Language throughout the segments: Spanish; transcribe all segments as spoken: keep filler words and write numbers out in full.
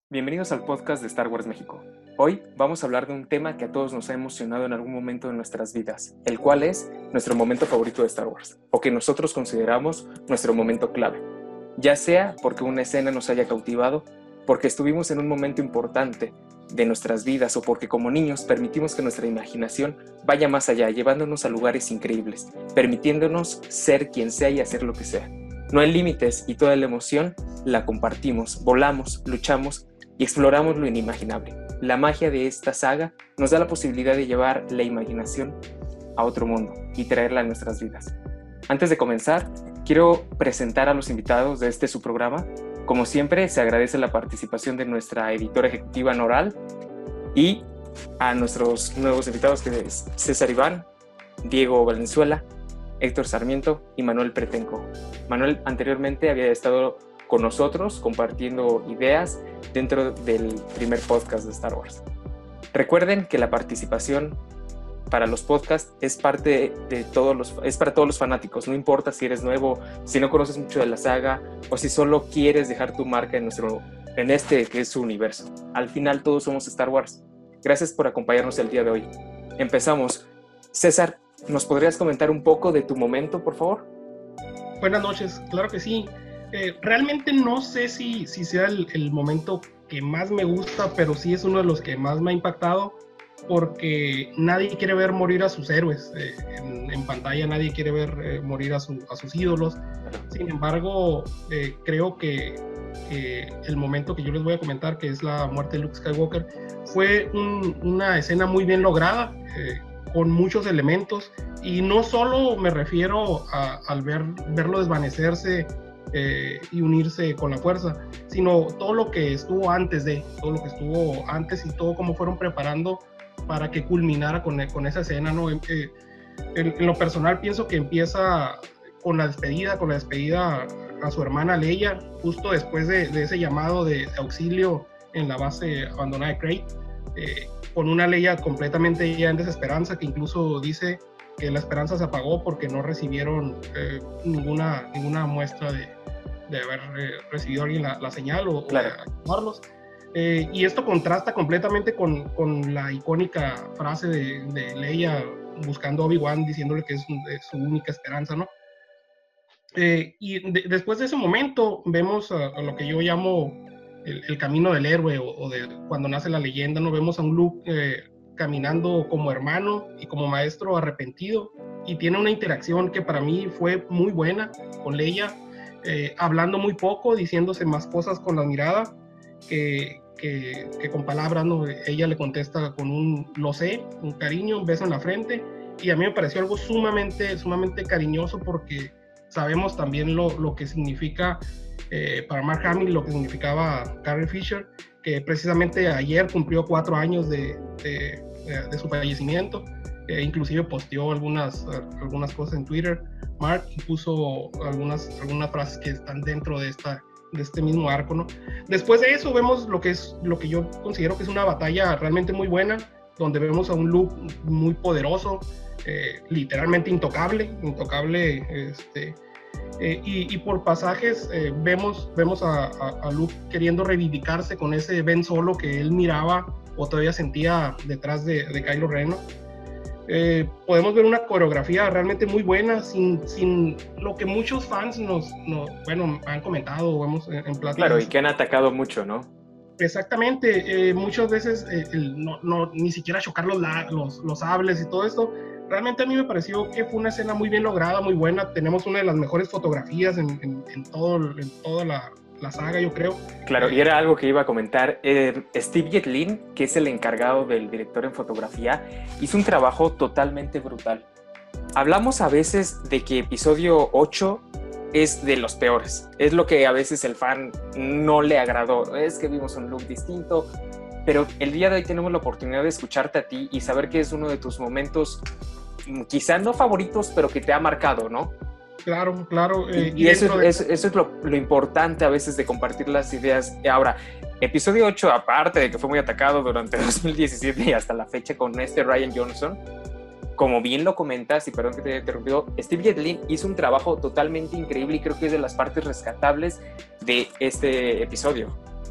Bienvenidos al podcast de Star Wars México. Hoy vamos a hablar de un tema que a todos nos ha emocionado en algún momento de nuestras vidas, el cual es nuestro momento favorito de Star Wars, o que nosotros consideramos nuestro momento clave. Ya sea porque una escena nos haya cautivado, porque estuvimos en un momento importante de nuestras vidas o porque como niños permitimos que nuestra imaginación vaya más allá, llevándonos a lugares increíbles, permitiéndonos ser quien sea y hacer lo que sea. No hay límites y toda la emoción la compartimos, volamos, luchamos y exploramos lo inimaginable. La magia de esta saga nos da la posibilidad de llevar la imaginación a otro mundo y traerla a nuestras vidas. Antes de comenzar, quiero presentar a los invitados de este su programa. Como siempre, se agradece la participación de nuestra editora ejecutiva Noral y a nuestros nuevos invitados que es César Iván, Diego Valenzuela, Héctor Sarmiento y Manuel Pretenco. Manuel anteriormente había estado con nosotros compartiendo ideas dentro del primer podcast de Star Wars. Recuerden que la participación para los podcasts es parte de todos los, es para todos los fanáticos, no importa si eres nuevo, si no conoces mucho de la saga o si solo quieres dejar tu marca en, nuestro, en este que es su universo. Al final todos somos Star Wars. Gracias por acompañarnos el día de hoy. Empezamos. César, ¿nos podrías comentar un poco de tu momento, por favor? Buenas noches, claro que sí. Eh, realmente no sé si, si sea el, el momento que más me gusta, pero sí es uno de los que más me ha impactado, porque nadie quiere ver morir a sus héroes eh, en, en pantalla, nadie quiere ver eh, morir a, su, a sus ídolos. Sin embargo, eh, creo que, que el momento que yo les voy a comentar, que es la muerte de Luke Skywalker, fue un, una escena muy bien lograda, eh, con muchos elementos, y no solo me refiero a, al ver, verlo desvanecerse eh, y unirse con la fuerza, sino todo lo que estuvo antes de, todo lo que estuvo antes y todo cómo fueron preparando para que culminara con, con esa escena, ¿no? Eh, en, en lo personal pienso que empieza con la despedida, con la despedida a su hermana Leia, justo después de, de ese llamado de, de auxilio en la base abandonada de Crait, eh, con una Leia completamente ya en desesperanza, que incluso dice que la esperanza se apagó porque no recibieron eh, ninguna, ninguna muestra de, de haber eh, recibido alguien la, la señal o, claro. o de ayudarlos. Eh, y esto contrasta completamente con, con la icónica frase de, de Leia buscando a Obi-Wan, diciéndole que es, es su única esperanza, ¿no? Eh, y de, después de ese momento vemos a, a lo que yo llamo el, el camino del héroe, o, o de cuando nace la leyenda, ¿no? Vemos a un Luke eh, caminando como hermano y como maestro arrepentido, y tiene una interacción que para mí fue muy buena con Leia, eh, hablando muy poco, diciéndose más cosas con la mirada que, que, que con palabras, ¿no? Ella le contesta con un lo sé, un cariño, un beso en la frente, y a mí me pareció algo sumamente, sumamente cariñoso, porque sabemos también lo, lo que significa eh, para Mark Hamill, lo que significaba Carrie Fisher, que precisamente ayer cumplió cuatro años de, de, de su fallecimiento. Eh, inclusive posteó algunas, algunas cosas en Twitter, Mark, y puso algunas, algunas frases que están dentro de, esta, de este mismo arco, ¿no? Después de eso vemos lo que, es, lo que yo considero que es una batalla realmente muy buena, donde vemos a un Luke muy poderoso, eh, literalmente intocable, intocable, este, eh, y, y por pasajes eh, vemos, vemos a, a, a Luke queriendo reivindicarse con ese Ben Solo que él miraba o todavía sentía detrás de, de Kylo Ren, ¿no? Eh, podemos ver una coreografía realmente muy buena, sin, sin lo que muchos fans nos, nos bueno, han comentado o vemos en, en pláticas. Claro, y que han atacado mucho, ¿no? Exactamente, eh, muchas veces eh, el, no, no, ni siquiera chocar los, los, los sables y todo esto. Realmente a mí me pareció que fue una escena muy bien lograda, muy buena. Tenemos una de las mejores fotografías en, en, en, todo, en toda la, la saga, yo creo. Claro, y era algo que iba a comentar. Eh, Steve Yetlin, que es el encargado del director en fotografía, hizo un trabajo totalmente brutal. Hablamos a veces de que episodio ocho es de los peores. Es lo que a veces el fan no le agradó. Es que vimos un look distinto. Pero el día de hoy tenemos la oportunidad de escucharte a ti y saber que es uno de tus momentos, quizá no favoritos, pero que te ha marcado, ¿no? Claro, claro. Eh, y, y eso, de... eso, eso es lo, lo importante a veces de compartir las ideas. Ahora, episodio ocho, aparte de que fue muy atacado durante dos mil diecisiete y hasta la fecha con este Rian Johnson, como bien lo comentas, y perdón que te haya interrumpido, Steve Yetlin hizo un trabajo totalmente increíble y creo que es de las partes rescatables de este episodio.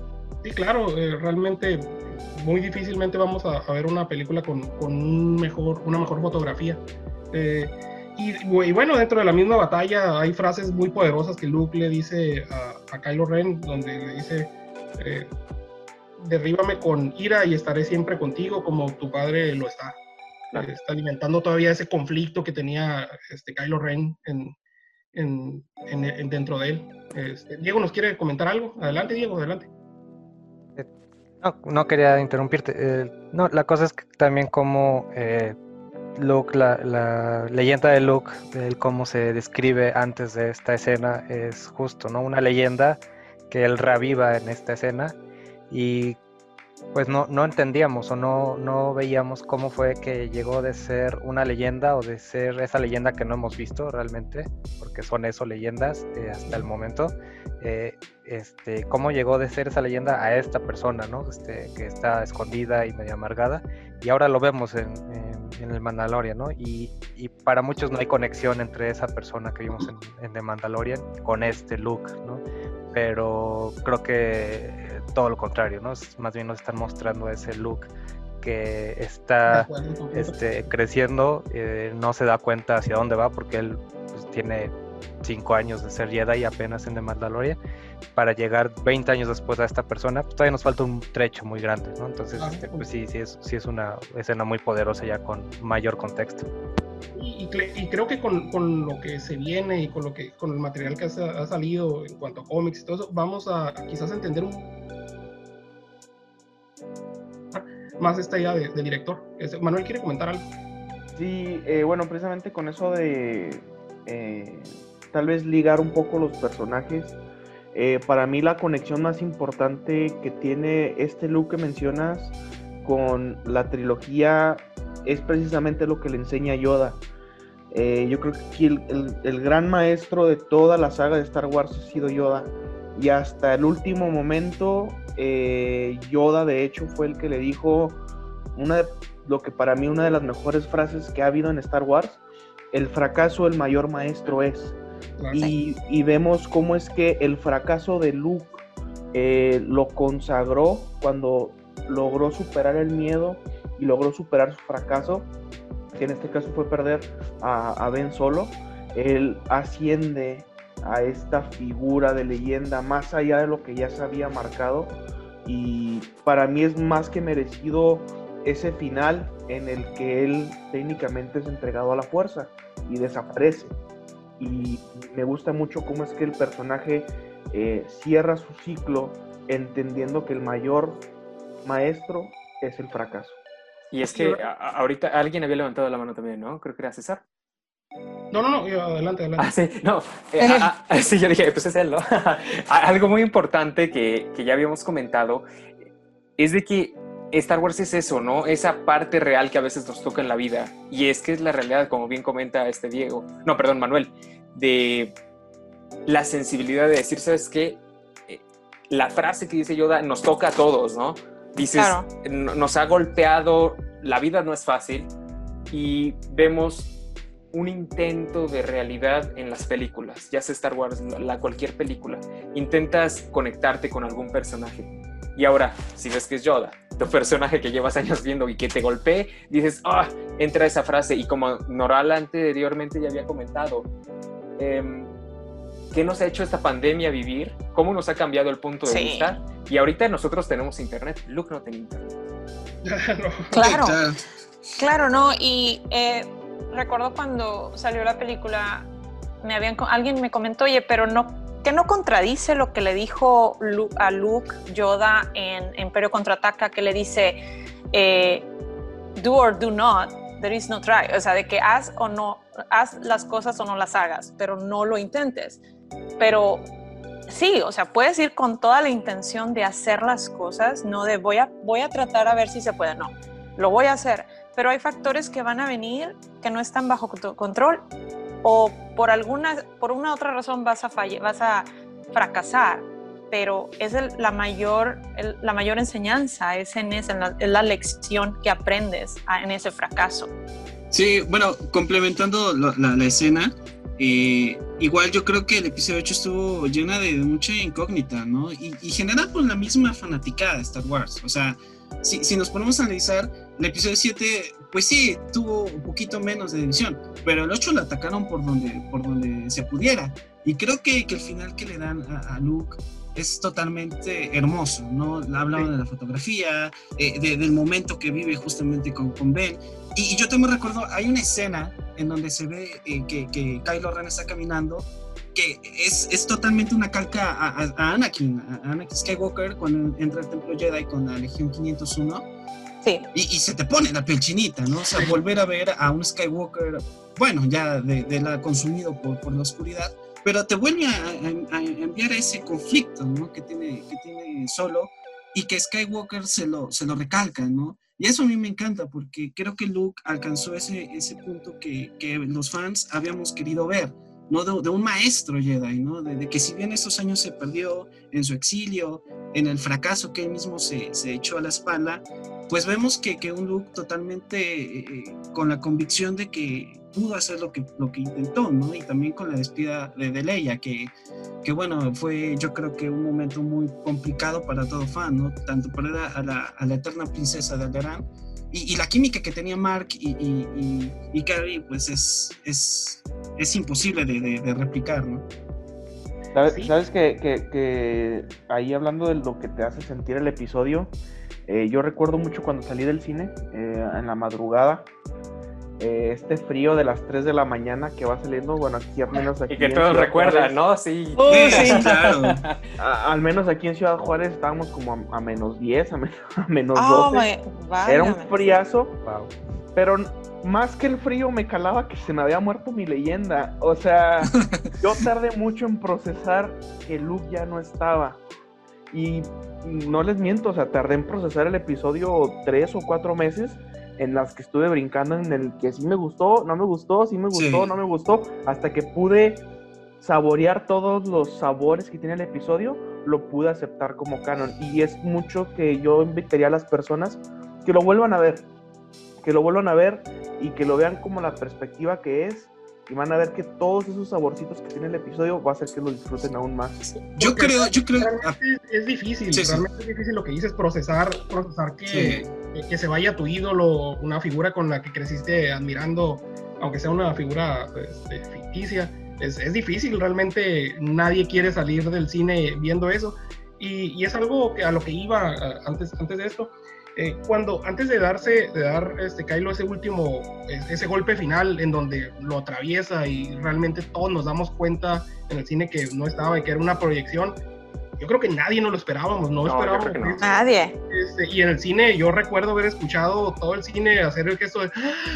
Sí, claro, eh, realmente muy difícilmente vamos a, a ver una película con, con un mejor, una mejor fotografía. Eh, y, y bueno, dentro de la misma batalla hay frases muy poderosas que Luke le dice a, a Kylo Ren, donde le dice, eh, derríbame con ira y estaré siempre contigo como tu padre lo está. Claro. Eh, está alimentando todavía ese conflicto que tenía este, Kylo Ren en, en, en, en dentro de él. Este, Diego, ¿nos quiere comentar algo? Adelante, Diego, adelante. No, no quería interrumpirte. Eh, no, la cosa es que también como eh, Luke, la, la leyenda de Luke, de cómo se describe antes de esta escena, es justo, ¿no? Una leyenda que él reaviva en esta escena y pues no, no entendíamos o no, no veíamos cómo fue que llegó de ser una leyenda o de ser esa leyenda que no hemos visto realmente, porque son eso, leyendas eh, hasta el momento, eh, este, cómo llegó de ser esa leyenda a esta persona, ¿no? Este, que está escondida y medio amargada, y ahora lo vemos en, en, en el Mandalorian, ¿no? Y, y para muchos no hay conexión entre esa persona que vimos en, en The Mandalorian con este Luke, ¿no? Pero creo que todo lo contrario, ¿no? Más bien nos están mostrando ese Luke que está este, creciendo, eh, no se da cuenta hacia dónde va porque él pues, tiene cinco años de ser Jedi y apenas en The Mandalorian, para llegar veinte años después a esta persona, pues todavía nos falta un trecho muy grande, ¿no? Entonces, este, pues sí, sí es, sí es una escena muy poderosa ya con mayor contexto. Y, y, y creo que con, con lo que se viene y con lo que con el material que ha, ha salido en cuanto a cómics y todo eso, vamos a quizás entender un más esta idea de, de director. Manuel, ¿quiere comentar algo? Sí, eh, bueno, precisamente con eso de eh, tal vez ligar un poco los personajes, eh, para mí la conexión más importante que tiene este Luke que mencionas con la trilogía es precisamente lo que le enseña Yoda. Eh, yo creo que aquí el, el, el gran maestro de toda la saga de Star Wars ha sido Yoda, y hasta el último momento eh, Yoda de hecho fue el que le dijo una de, lo que para mí una de las mejores frases que ha habido en Star Wars: el fracaso el mayor maestro es. Y, y vemos cómo es que el fracaso de Luke eh, lo consagró cuando logró superar el miedo y logró superar su fracaso, que en este caso fue perder a, a Ben Solo. Él asciende a esta figura de leyenda más allá de lo que ya se había marcado, y para mí es más que merecido ese final en el que él técnicamente es entregado a la fuerza y desaparece. Y me gusta mucho cómo es que el personaje eh, cierra su ciclo entendiendo que el mayor maestro es el fracaso. Y es que a, ahorita alguien había levantado la mano también, ¿no? Creo que era César. No, no, no, adelante, adelante. Ah, sí, no. Eh, ah, ah, sí, yo dije, pues es él, ¿no? Algo muy importante que, que ya habíamos comentado es de que Star Wars es eso, ¿no? Esa parte real que a veces nos toca en la vida. Y es que es la realidad, como bien comenta este Diego, no, perdón, Manuel, de la sensibilidad de decir, ¿sabes qué? La frase que dice Yoda nos toca a todos, ¿no? Dices, claro, nos ha golpeado, la vida no es fácil, y vemos un intento de realidad en las películas, ya sea Star Wars, la, cualquier película. Intentas conectarte con algún personaje. Y ahora, si ves que es Yoda, tu personaje que llevas años viendo y que te golpee, dices, ah, oh, entra esa frase. Y como Noral anteriormente ya había comentado, eh, ¿qué nos ha hecho esta pandemia vivir? ¿Cómo nos ha cambiado el punto de sí. vista? Y ahorita nosotros tenemos internet. Luke no tiene internet. Claro, claro, ¿no? Y eh, recuerdo cuando salió la película, me habían, alguien me comentó, oye, pero no, ¿qué no contradice lo que le dijo Luke, a Luke Yoda en Imperio Contraataca, que le dice, eh, do or do not, there is no try? O sea, de que haz o no, haz las cosas o no las hagas, pero no lo intentes. Pero sí, o sea, puedes ir con toda la intención de hacer las cosas, no de voy a, voy a tratar a ver si se puede, no, lo voy a hacer, pero hay factores que van a venir que no están bajo tu control, o por alguna, por una otra razón vas a fallar, vas a fracasar, pero es el, la, mayor, el, la mayor enseñanza, es en esa, en la, en la lección que aprendes a, en ese fracaso. Sí, bueno, complementando lo, la, la escena, Eh, igual yo creo que el episodio ocho estuvo llena de, de mucha incógnita, ¿no? Y, y genera por la misma fanaticada de Star Wars. O sea, si, si nos ponemos a analizar, el episodio siete, pues sí, tuvo un poquito menos de división, pero el ocho lo atacaron por donde, por donde se pudiera. Y creo que, que el final que le dan a, a Luke es totalmente hermoso, ¿no? Hablaban de la fotografía, eh, de, del momento que vive justamente con, con Ben. Y, y yo también recuerdo, hay una escena en donde se ve eh, que, que Kylo Ren está caminando, que es, es totalmente una calca a, a, a Anakin, a Anakin Skywalker cuando entra al Templo Jedi con la Legión quinientos uno. Sí. Y, y se te pone la piel chinita, ¿no? O sea, volver a ver a un Skywalker, bueno, ya de, de la consumido por, por la oscuridad, pero te vuelve a, a, a enviar ese conflicto, ¿no? Que tiene, que tiene Solo, y que Skywalker se lo, se lo recalca, ¿no? Y eso a mí me encanta, porque creo que Luke alcanzó ese, ese punto que, que los fans habíamos querido ver, ¿no? De, de un maestro Jedi, ¿no? De, de que si bien esos años se perdió en su exilio, en el fracaso que él mismo se, se echó a la espalda, pues vemos que, que un Luke totalmente eh, con la convicción de que pudo hacer lo que, lo que intentó, ¿no? Y también con la despedida de, de Leia, que, que bueno, fue yo creo que un momento muy complicado para todo fan, ¿no? Tanto perder a la, a la eterna princesa de Alderaan, y, y la química que tenía Mark y, y, y, y Carrie, pues es, es, es imposible de, de, de replicar, ¿no? ¿Sabes, ¿Sí? ¿sabes que, que, que ahí hablando de lo que te hace sentir el episodio? Eh, yo recuerdo mucho cuando salí del cine, eh, en la madrugada, eh, este frío de las tres de la mañana que va saliendo, bueno, aquí al menos aquí y que todos recuerdan, ¿no? Sí. Uh, sí, claro. A, al menos aquí en Ciudad Juárez estábamos como a, a menos diez, a, menos, a menos oh, doce. My, Era un friazo, Wow. pero más que el frío me calaba que se me había muerto mi leyenda. O sea, yo tardé mucho en procesar que Luke ya no estaba. Y no les miento, o sea, tardé en procesar el episodio tres o cuatro meses en las que estuve brincando en el que sí me gustó, no me gustó, sí me gustó, sí. no me gustó, hasta que pude saborear todos los sabores que tiene el episodio, lo pude aceptar como canon. Y es mucho que yo invitaría a las personas que lo vuelvan a ver, que lo vuelvan a ver y que lo vean como la perspectiva que es, y van a ver que todos esos saborcitos que tiene el episodio va a hacer que lo disfruten aún más. Yo Porque creo, yo creo... Realmente es, es difícil, sí, realmente sí. es difícil lo que dices, procesar, procesar que, sí. que, que se vaya tu ídolo, una figura con la que creciste admirando, aunque sea una figura este, ficticia, es, es difícil, realmente nadie quiere salir del cine viendo eso, y, y es algo que a lo que iba antes, antes de esto. Eh, cuando antes de darse de dar este Kylo ese último ese golpe final en donde lo atraviesa y realmente todos nos damos cuenta en el cine que no estaba y que era una proyección, yo creo que nadie nos lo esperábamos, no, no esperábamos no. Eso, nadie este, y en el cine yo recuerdo haber escuchado todo el cine hacer el gesto de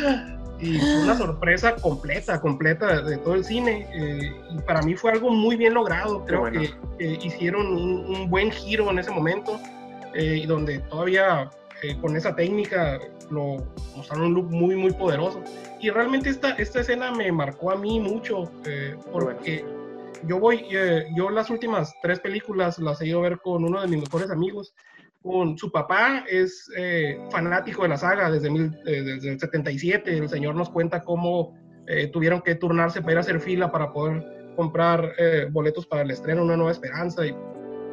y fue una sorpresa completa, completa de todo el cine, eh, y para mí fue algo muy bien logrado, creo bueno. que, que hicieron un, un buen giro en ese momento, eh, y donde todavía Eh, con esa técnica lo mostraron un look muy muy poderoso, y realmente esta, esta escena me marcó a mí mucho, eh, porque bueno. yo voy eh, yo las últimas tres películas las he ido a ver con uno de mis mejores amigos, con su papá es eh, fanático de la saga desde, mil, eh, desde el setenta y siete, el señor nos cuenta cómo eh, tuvieron que turnarse para ir a hacer fila para poder comprar eh, boletos para el estreno Una Nueva Esperanza, y,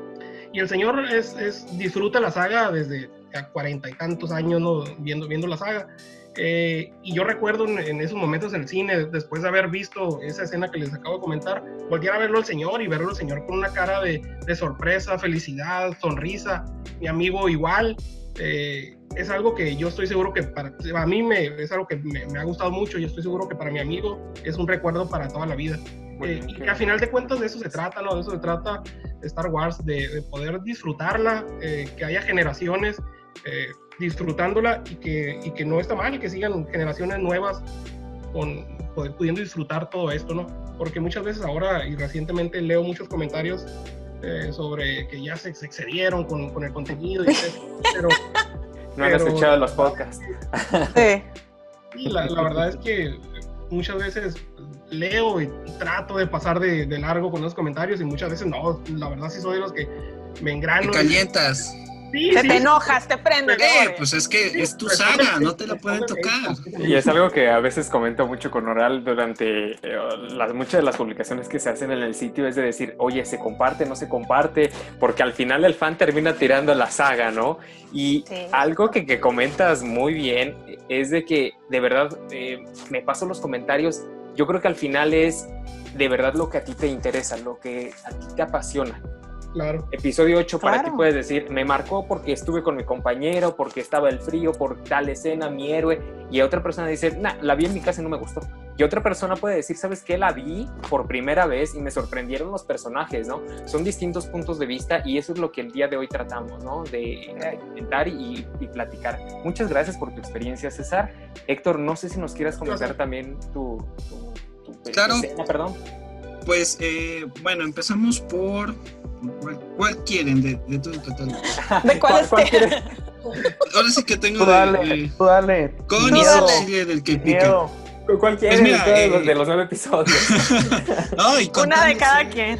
y el señor es, es, disfruta la saga desde a cuarenta y tantos años, ¿no? viendo, viendo la saga, eh, y yo recuerdo en, en esos momentos en el cine, después de haber visto esa escena que les acabo de comentar, voltear a verlo al señor y verlo al señor con una cara de, de sorpresa, felicidad, sonrisa, mi amigo igual, eh, es algo que yo estoy seguro que para a mí me, es algo que me, me ha gustado mucho, y estoy seguro que para mi amigo es un recuerdo para toda la vida. Eh, y que a final de cuentas de eso se trata, ¿no? De eso se trata Star Wars, de, de poder disfrutarla, eh, que haya generaciones eh, disfrutándola, y que, y que no está mal, y que sigan generaciones nuevas con, poder, pudiendo disfrutar todo esto, ¿no? Porque muchas veces ahora, y recientemente leo muchos comentarios eh, sobre que ya se, se excedieron con, con el contenido, y pero, no han escuchado los podcasts. Sí. Y la, la verdad es que muchas veces leo y trato de pasar de, de largo con los comentarios, y muchas veces no, la verdad sí soy de los que me engrano. Te calientas. Sí, te, sí, te enojas, te prendes. Eh, pues es que es tu saga, no te la pueden tocar. Y es algo que a veces comento mucho con Oral durante eh, las, muchas de las publicaciones que se hacen en el sitio, es de decir, oye, ¿se comparte, no se comparte? Porque al final el fan termina tirando la saga, ¿no? Y sí. algo que, que comentas muy bien es de que, de verdad, eh, me paso los comentarios, yo creo que al final es de verdad lo que a ti te interesa, lo que a ti te apasiona. Claro. Episodio ocho, claro. Para ti puedes decir, me marcó porque estuve con mi compañero, porque estaba el frío, por tal escena, mi héroe. Y otra persona dice, nah, la vi en mi casa y no me gustó. Y otra persona puede decir, ¿sabes qué? La vi por primera vez y me sorprendieron los personajes, ¿no? Son distintos puntos de vista y eso es lo que el día de hoy tratamos, ¿no? De, de comentar y, y platicar. Muchas gracias por tu experiencia, César. Héctor, no sé si nos quieras comentar también tu, tu, tu, claro. tu escena, perdón. Pues, eh, bueno, empezamos por... ¿Cuál, cuál quieren de, de todo el catálogo? ¿De cuál, ¿Cuál quieren? Ahora sí que tengo tú dale, de... Eh, tú dale. Con Chile del que pica. ¿Cuál quieren pues mira, de, eh, los, de los nueve episodios? Ay, una de cada quien.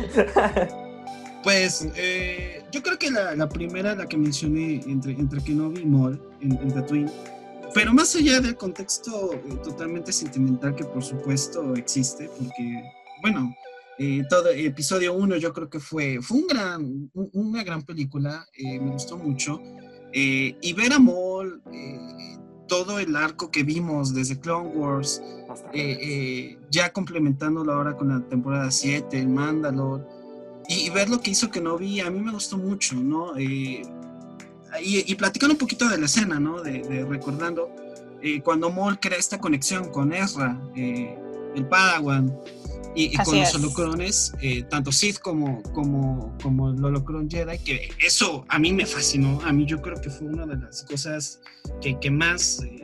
Pues, eh, yo creo que la, la primera, la que mencioné entre, entre Kenobi y Maul en, en Tatooine, pero más allá del contexto eh, totalmente sentimental que por supuesto existe, porque, bueno... Eh, todo episodio uno yo creo que fue, fue un gran, un, una gran película, eh, me gustó mucho, eh, y ver a Maul, eh, todo el arco que vimos desde Clone Wars, eh, eh, ya complementándolo ahora con la temporada siete, el Mandalore, y, y ver lo que hizo Kenobi, a mí me gustó mucho, ¿no? Eh, y, y platicando un poquito de la escena, ¿no? De, de recordando, eh, cuando Maul crea esta conexión con Ezra, eh, el Padawan, Y, y con los holocrones, eh, tanto Sith como, como, como el holocron Jedi, que eso a mí me fascinó. A mí yo creo que fue una de las cosas que, que más eh,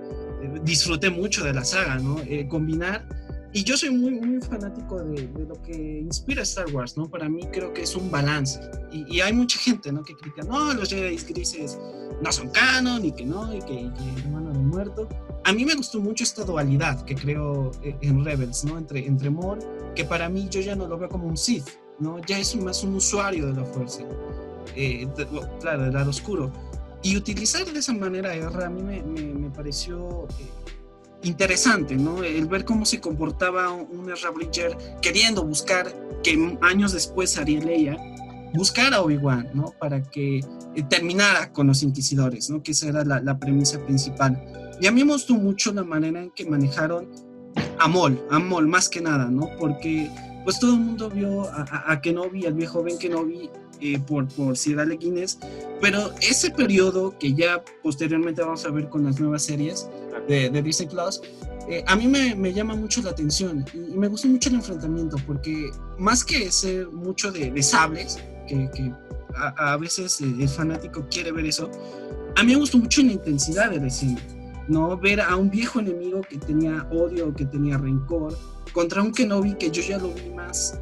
disfruté mucho de la saga, ¿no? Eh, combinar, y yo soy muy, muy fanático de, de lo que inspira Star Wars, ¿no? Para mí creo que es un balance. Y, y hay mucha gente, ¿no? Que critica, no, los Jedi grises no son canon, y que no, y que, y que hermano de muerto. A mí me gustó mucho esta dualidad que creo en Rebels, ¿no? Entre, entre Maul, que para mí yo ya no lo veo como un Sith, ¿no? Ya es más un usuario de la fuerza, eh, de, claro, del lado oscuro. Y utilizar de esa manera a Ezra a mí me, me, me pareció eh, interesante, ¿no? El ver cómo se comportaba un Ezra Bridger queriendo buscar, que años después haría Leia, buscar a Obi-Wan, ¿no? Para que eh, terminara con los Inquisidores, ¿no? Que esa era la, la premisa principal. Y a mí me gustó mucho la manera en que manejaron a Maul, a Maul más que nada, ¿no? Porque pues todo el mundo vio a, a, a Kenobi, al viejo Ben Kenobi, eh, por, por Sir Alec Guinness, pero ese periodo que ya posteriormente vamos a ver con las nuevas series de, de Disney Plus, eh, a mí me, me llama mucho la atención y, y me gustó mucho el enfrentamiento, porque más que ser mucho de, de sables, que, que a, a veces el fanático quiere ver eso, a mí me gustó mucho la intensidad de la escena, ¿no? Ver a un viejo enemigo que tenía odio, que tenía rencor, contra un Kenobi que yo ya lo vi más,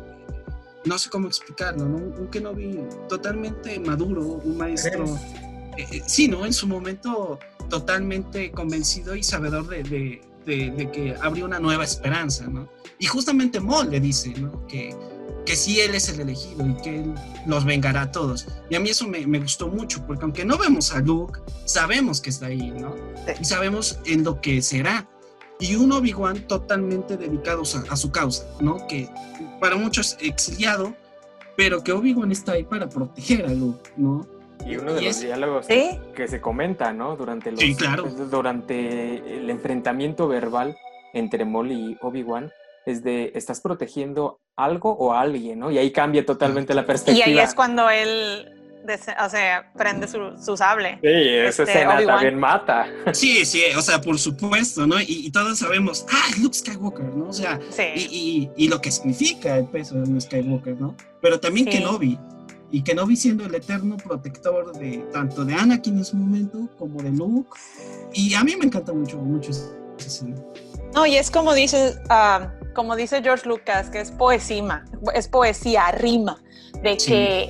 no sé cómo explicarlo, ¿no? Un Kenobi totalmente maduro, un maestro, eh, eh, sí, ¿no? En su momento totalmente convencido y sabedor de, de, de, de que habría una nueva esperanza, ¿no? Y justamente Maul le dice, ¿no? Que, que sí, él es el elegido y que él los vengará a todos. Y a mí eso me, me gustó mucho, porque aunque no vemos a Luke, sabemos que está ahí, ¿no? Y sabemos en lo que será. Y un Obi-Wan totalmente dedicado a, a su causa, ¿no? Que para muchos exiliado, pero que Obi-Wan está ahí para proteger a Luke, ¿no? Y uno de ¿Y los es? diálogos ¿Sí? que se comenta, ¿no? Durante, los, sí, claro. durante el enfrentamiento verbal entre Maul y Obi-Wan, es de, ¿estás protegiendo algo o a alguien, ¿no? Y ahí cambia totalmente la perspectiva. Y ahí es cuando él, o sea, prende su, su sable. Sí, esa este, escena Obi-Wan. también mata. Sí, sí, o sea, por supuesto, ¿no? Y, y todos sabemos, ah, es Luke Skywalker, ¿no? O sea, sí. y, y, y lo que significa el peso de Luke Skywalker, ¿no? Pero también Sí. Kenobi. Y Kenobi siendo el eterno protector de tanto de Anakin en su momento como de Luke. Y a mí me encanta mucho, mucho esa escena. No, y es como dice, uh, como dice George Lucas, que es poesía, es poesía, rima, de Sí. que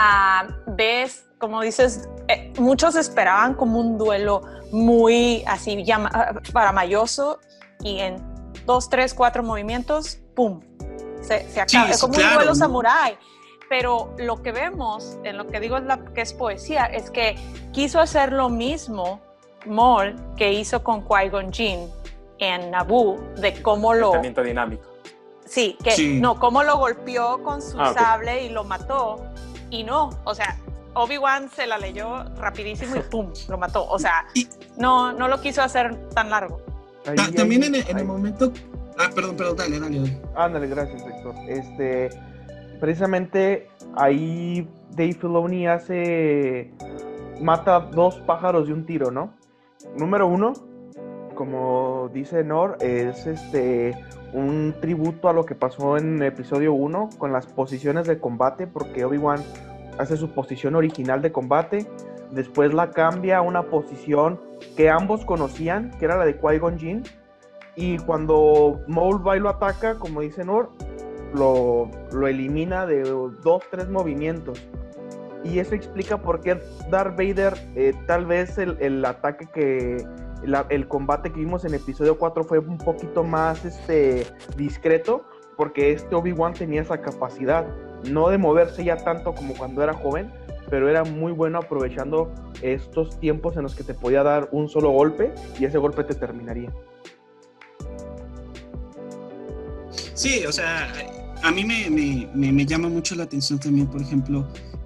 uh, ves, como dices, eh, muchos esperaban como un duelo muy así llama, paramalloso y en dos, tres, cuatro movimientos, ¡pum! Se, se acaba, Sí, es como claro, un duelo ¿no? samurái. pero lo que vemos, en lo que digo es la, que es poesía, es que quiso hacer lo mismo Maul que hizo con Qui-Gon Jinn en Naboo, de cómo lo... Pensamiento dinámico. Sí, que Sí. no, cómo lo golpeó con su Ah, okay. sable y lo mató, y no, o sea, Obi-Wan se la leyó rapidísimo y pum, lo mató, o sea, Y- no, no lo quiso hacer tan largo. Ahí- Ta- también ahí- en el, en el ahí- momento... Ah, perdón, perdón, dale, dale, dale. Ándale, gracias, Héctor. Este, precisamente ahí Dave Filoni hace, mata dos pájaros de un tiro, ¿no? Número uno, como dice Nor, es este un tributo a lo que pasó en episodio uno con las posiciones de combate, porque Obi-Wan hace su posición original de combate, después la cambia a una posición que ambos conocían, que era la de Qui-Gon Jinn, y cuando Maul va y lo ataca, como dice Nor, lo, lo elimina de dos, tres movimientos. Y eso explica por qué Darth Vader, eh, tal vez el, el ataque que, la, el combate que vimos en episodio cuatro fue un poquito más este, discreto, porque este Obi-Wan tenía esa capacidad, no de moverse ya tanto como cuando era joven, pero era muy bueno aprovechando estos tiempos en los que te podía dar un solo golpe y ese golpe te terminaría. Sí, o sea, a mí me, me, me, me llama mucho la atención también, por ejemplo,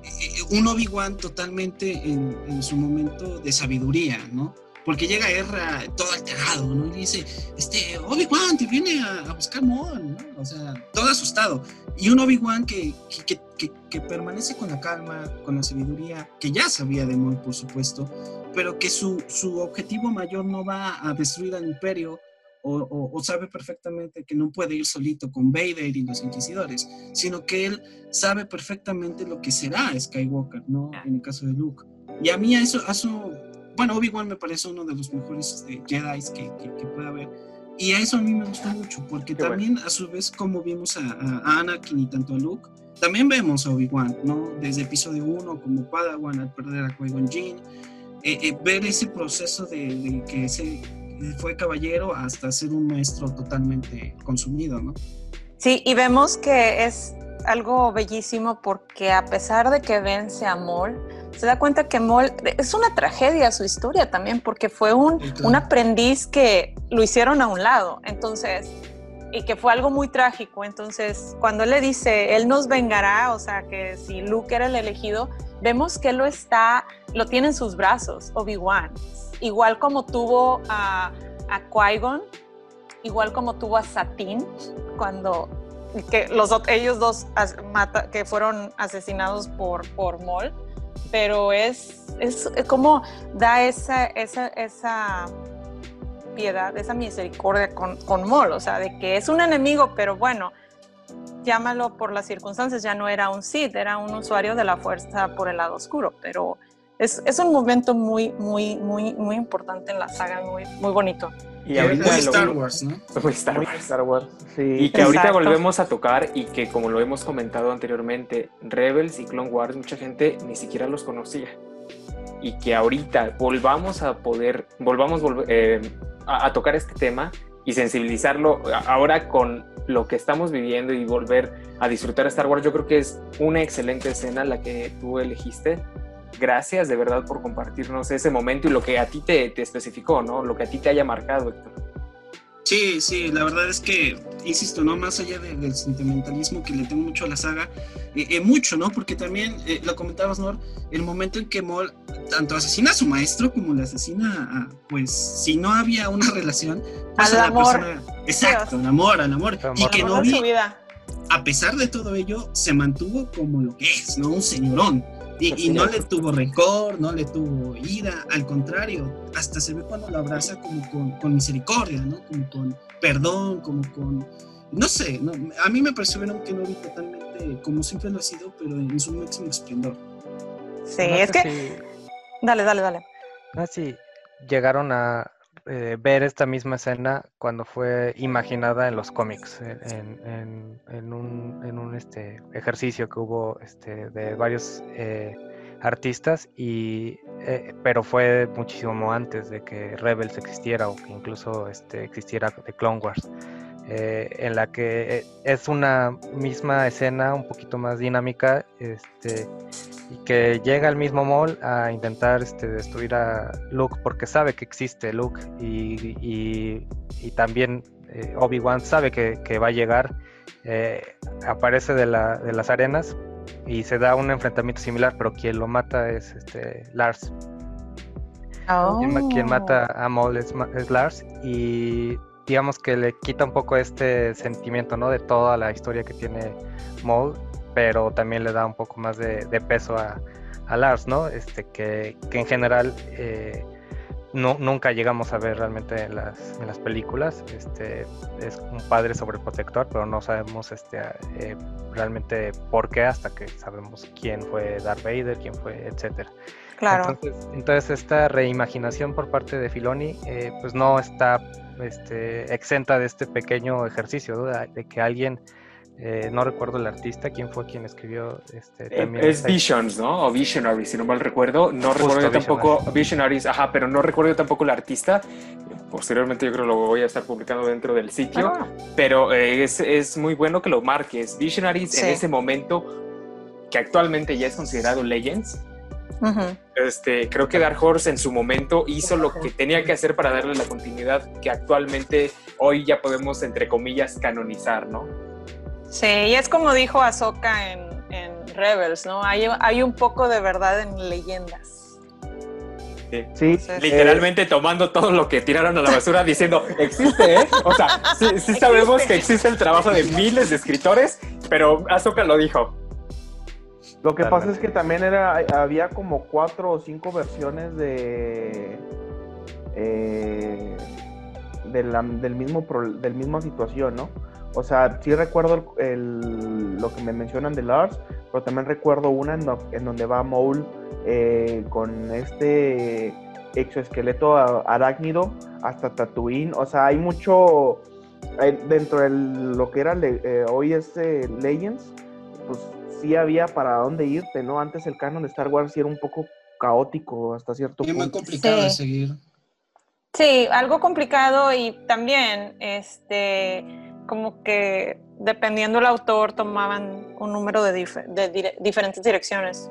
un Obi-Wan totalmente en, en su momento de sabiduría, ¿no? Porque llega Ezra todo alterado, ¿no? Y le dice, este, Obi-Wan, te viene a, a buscar Maul, ¿no? O sea, todo asustado. Y un Obi-Wan que, que, que, que permanece con la calma, con la sabiduría, que ya sabía de Maul, por supuesto, pero que su, su objetivo mayor no va a destruir al Imperio, o, o, o sabe perfectamente que no puede ir solito con Vader y los Inquisidores, sino que él sabe perfectamente lo que será Skywalker, ¿no? En el caso de Luke. Y a mí eso, eso bueno, Obi-Wan me parece uno de los mejores este, Jedi que, que, que pueda haber. Y a eso a mí me gustó mucho, porque Qué también bueno. A su vez como vimos a, a Anakin y tanto a Luke, también vemos a Obi-Wan, ¿no? Desde episodio uno como Padawan al perder a Qui-Gon Jinn, eh, eh, ver ese proceso de, de que ese fue caballero hasta ser un maestro totalmente consumido, ¿no? Sí, y vemos que es algo bellísimo porque a pesar de que vence a Maul, se da cuenta que Maul es una tragedia su historia también, porque fue un, un aprendiz que lo hicieron a un lado, entonces, y que fue algo muy trágico. Entonces, cuando él le dice, él nos vengará, o sea, que si Luke era el elegido, vemos que él lo está, lo tiene en sus brazos, Obi-Wan. Igual como tuvo a, a Qui-Gon, igual como tuvo a Satine, cuando que los, ellos dos as, mata, que fueron asesinados por, por Maul, pero es, es, es como da esa, esa, esa piedad, esa misericordia con, con Maul, o sea, de que es un enemigo, pero bueno, llámalo por las circunstancias, ya no era un Sith, era un usuario de la fuerza por el lado oscuro, pero es, es un momento muy, muy, muy, muy importante en la saga, muy, muy bonito. Y ahorita muy Star lo, Wars, ¿no? Muy Star Wars. Muy Star Wars, sí. Y que ahorita Exacto. volvemos a tocar y que, como lo hemos comentado anteriormente, Rebels y Clone Wars, mucha gente ni siquiera los conocía. Y que ahorita volvamos a poder, volvamos volver, eh, a, a tocar este tema y sensibilizarlo ahora con lo que estamos viviendo y volver a disfrutar Star Wars. Yo creo que es una excelente escena la que tú elegiste. Gracias de verdad por compartirnos ese momento y lo que a ti te, te especificó, ¿no? Lo que a ti te haya marcado, Héctor. Sí, sí, la verdad es que, insisto, ¿no? Más allá de, del sentimentalismo que le tengo mucho a la saga, eh, eh, mucho, ¿no? Porque también, eh, lo comentabas, Nor, el momento en que Maul tanto asesina a su maestro como le asesina a, pues, si no había una relación, pues al a la amor. persona, exacto, al amor, al amor, amor. y que El amor no de su vida. a pesar de todo ello, se mantuvo como lo que es, ¿no? Un señorón. Y, y no le tuvo rencor, no le tuvo ira, al contrario, hasta se ve cuando lo abraza como con, con misericordia, ¿no? Como con perdón, como con, no sé, ¿no? A mí me pareció ver a un Kenobi totalmente como siempre lo ha sido, pero en su máximo esplendor. Sí, No es sé que... si- Dale, dale, dale. no sé si llegaron a eh, ver esta misma escena cuando fue imaginada en los cómics, en, en, en un, en un este, ejercicio que hubo este, de varios eh, artistas, y, eh, pero fue muchísimo antes de que Rebels existiera o que incluso este, existiera The Clone Wars. eh, en la que es una misma escena un poquito más dinámica, este, y que llega al mismo Maul a intentar este, destruir a Luke porque sabe que existe Luke y, y, y también eh, Obi-Wan sabe que, que va a llegar, eh, aparece de, la, de las arenas y se da un enfrentamiento similar, pero quien lo mata es este, Lars. Oh. Quien, quien mata a Maul es, es Lars, y digamos que le quita un poco este sentimiento, ¿no?, de toda la historia que tiene Maul, pero también le da un poco más de, de peso a, a Lars, ¿no? Este, que, que en general eh, no, nunca llegamos a ver realmente en las, en las películas. Este, es un padre sobreprotector, pero no sabemos este, eh, realmente por qué hasta que sabemos quién fue Darth Vader, quién fue, etcétera. Claro. Entonces, entonces esta reimaginación por parte de Filoni eh, pues no está este, exenta de este pequeño ejercicio, ¿no? de, de que alguien, eh, no recuerdo el artista, quién fue quien escribió este, también. Es Visions, ¿no? O Visionaries, si no mal recuerdo. No Justo, recuerdo yo tampoco Visionaries. Visionaries, ajá, pero no recuerdo yo tampoco el artista. Posteriormente yo creo lo voy a estar publicando dentro del sitio. Ah. Pero eh, es, es muy bueno que lo marques. Visionaries Sí. en ese momento, que actualmente ya es considerado Legends. Uh-huh. Este, creo que Dark Horse en su momento hizo lo que tenía que hacer para darle la continuidad que actualmente hoy ya podemos, entre comillas, canonizar, ¿no? Sí, y es como dijo Ahsoka en, en Rebels, ¿no? Hay, hay un poco de verdad en leyendas. Sí. Sí, Entonces, Literalmente tomando todo lo que tiraron a la basura diciendo, existe, ¿eh? O sea, sí, sí sabemos que existe el trabajo de miles de escritores, pero Ahsoka lo dijo. lo que Totalmente. pasa es que también era, había como cuatro o cinco versiones de eh, de la del mismo pro- del misma situación, ¿no? O sea, sí recuerdo el, el- lo que me mencionan de Lars, pero también recuerdo una en, do- en donde va Maul eh, con este exoesqueleto a- arácnido hasta Tatooine. O sea, hay mucho eh, dentro de lo que era le- eh, hoy este Legends, pues sí había para dónde irte, ¿no? Antes el canon de Star Wars sí era un poco caótico hasta cierto Es muy punto. complicado Sí. de seguir. sí, algo complicado y también, este, como que dependiendo del autor tomaban un número de, dif- de dire- diferentes direcciones.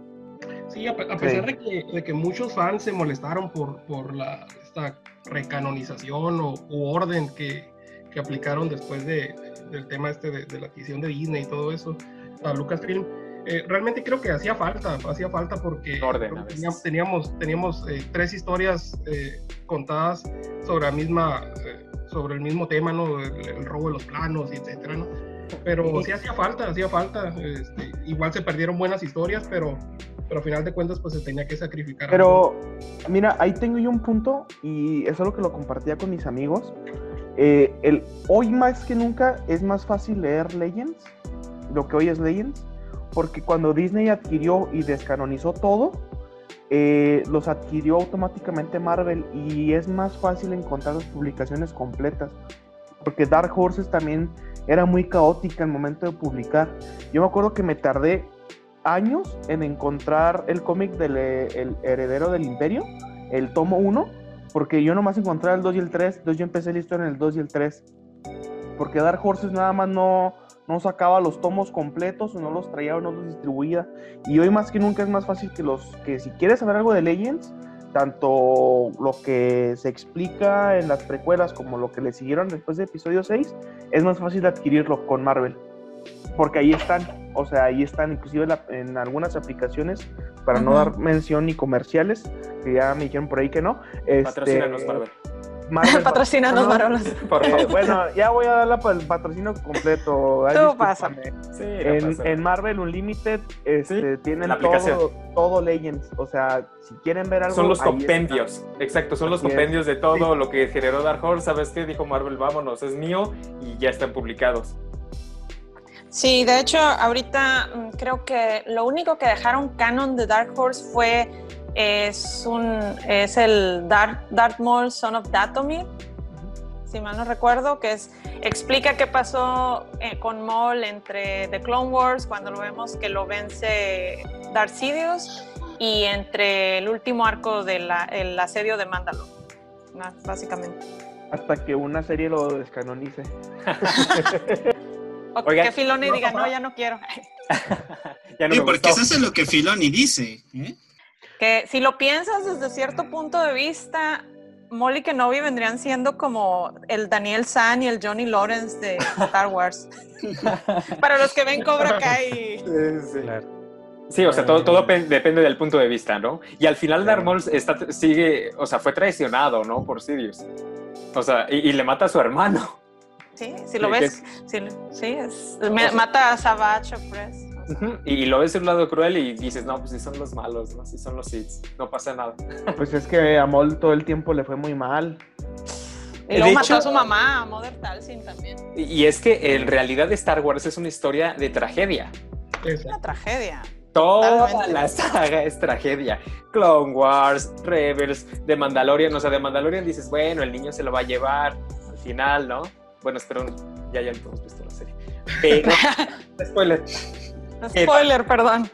Sí, a, pe- a pesar Sí. de, que, de que muchos fans se molestaron por, por la, esta recanonización o u orden que, que aplicaron después de, del tema este de, de la adquisición de Disney y todo eso a Lucasfilm, eh, realmente creo que hacía falta, hacía falta porque Orden, creo a que veces. teníamos, teníamos, teníamos eh, tres historias eh, contadas sobre la misma, eh, sobre el mismo tema, ¿no? El, el robo de los planos, y etcétera, ¿no? Pero sí hacía falta, hacía falta. Este, igual se perdieron buenas historias, pero, pero a final de cuentas pues se tenía que sacrificar. Pero, mira, ahí tengo yo un punto, y eso es lo que lo compartía con mis amigos. Eh, el, hoy más que nunca es más fácil leer Legends, lo que hoy es Legends, porque cuando Disney adquirió y descanonizó todo, eh, los adquirió automáticamente Marvel, y es más fácil encontrar las publicaciones completas, porque Dark Horses también era muy caótica al momento de publicar. Yo me acuerdo que me tardé años en encontrar el cómic del el Heredero del Imperio, el tomo uno, porque yo nomás encontraba el dos y el tres, entonces yo empecé la historia en el dos y el tres, porque Dark Horses nada más no, no sacaba los tomos completos, o no los traía o no los distribuía, y hoy más que nunca es más fácil que los, que si quieres saber algo de Legends, tanto lo que se explica en las precuelas como lo que le siguieron después de episodio seis, es más fácil adquirirlo con Marvel, porque ahí están, o sea, ahí están, inclusive la, en algunas aplicaciones, para uh-huh. no dar mención ni comerciales, que ya me dijeron por ahí que no. Este, Patrocínanos, Marvel. Marvel Patrocínanos, Marvel. Por favor. Eh, bueno, ya voy a dar la, el patrocinio completo. Todo pasa. Sí, en, pasa. en Marvel Unlimited este, ¿Sí? tienen todo, todo Legends. O sea, si quieren ver algo. Son los compendios. Exacto, son los compendios de todo sí. lo que generó Dark Horse. ¿Sabes qué? Dijo Marvel, vámonos, es mío, y ya están publicados. Sí, de hecho, ahorita creo que lo único que dejaron canon de Dark Horse fue es un es el Darth, Darth Maul, Son of Dathomir, uh-huh. si mal no recuerdo, que es explica qué pasó eh, con Maul entre The Clone Wars, cuando lo vemos que lo vence Darth Sidious, y entre el último arco del asedio de Mandalore, básicamente. Hasta que una serie lo descanonice. O Oigan, que Filoni no, diga, no, ya no quiero. Ya no sí, porque eso es lo que Filoni dice. ¿eh? Que si lo piensas desde cierto punto de vista, Molly y Kenobi vendrían siendo como el Daniel San y el Johnny Lawrence de Star Wars. Para los que ven Cobra Kai. Sí, sí. Claro. Sí, o sea, todo, todo pe- depende del punto de vista, ¿no? Y al final Darth Maul está, sigue, o sea, fue traicionado, ¿no? Por Sidious. O sea, y, y le mata a su hermano. Sí, si lo ves, es, sí, sí es, me, o sea, mata a Savage Opress. O sea. Uh-huh, y lo ves de un lado cruel y dices, no, pues sí son los malos, ¿no? Sí son los Sith, no pasa nada. Pues es que a Maul todo el tiempo le fue muy mal. Y luego mató a su mamá, a Mother Talzin también. Y, y es que en realidad Star Wars es una historia de tragedia. Es una tragedia. Toda Totalmente. La saga es tragedia. Clone Wars, Rebels, The Mandalorian. O sea, de Mandalorian dices, bueno, el niño se lo va a llevar al final, ¿no? Bueno, espero, ya ya hemos visto la serie. Pero, spoiler. Spoiler, perdón.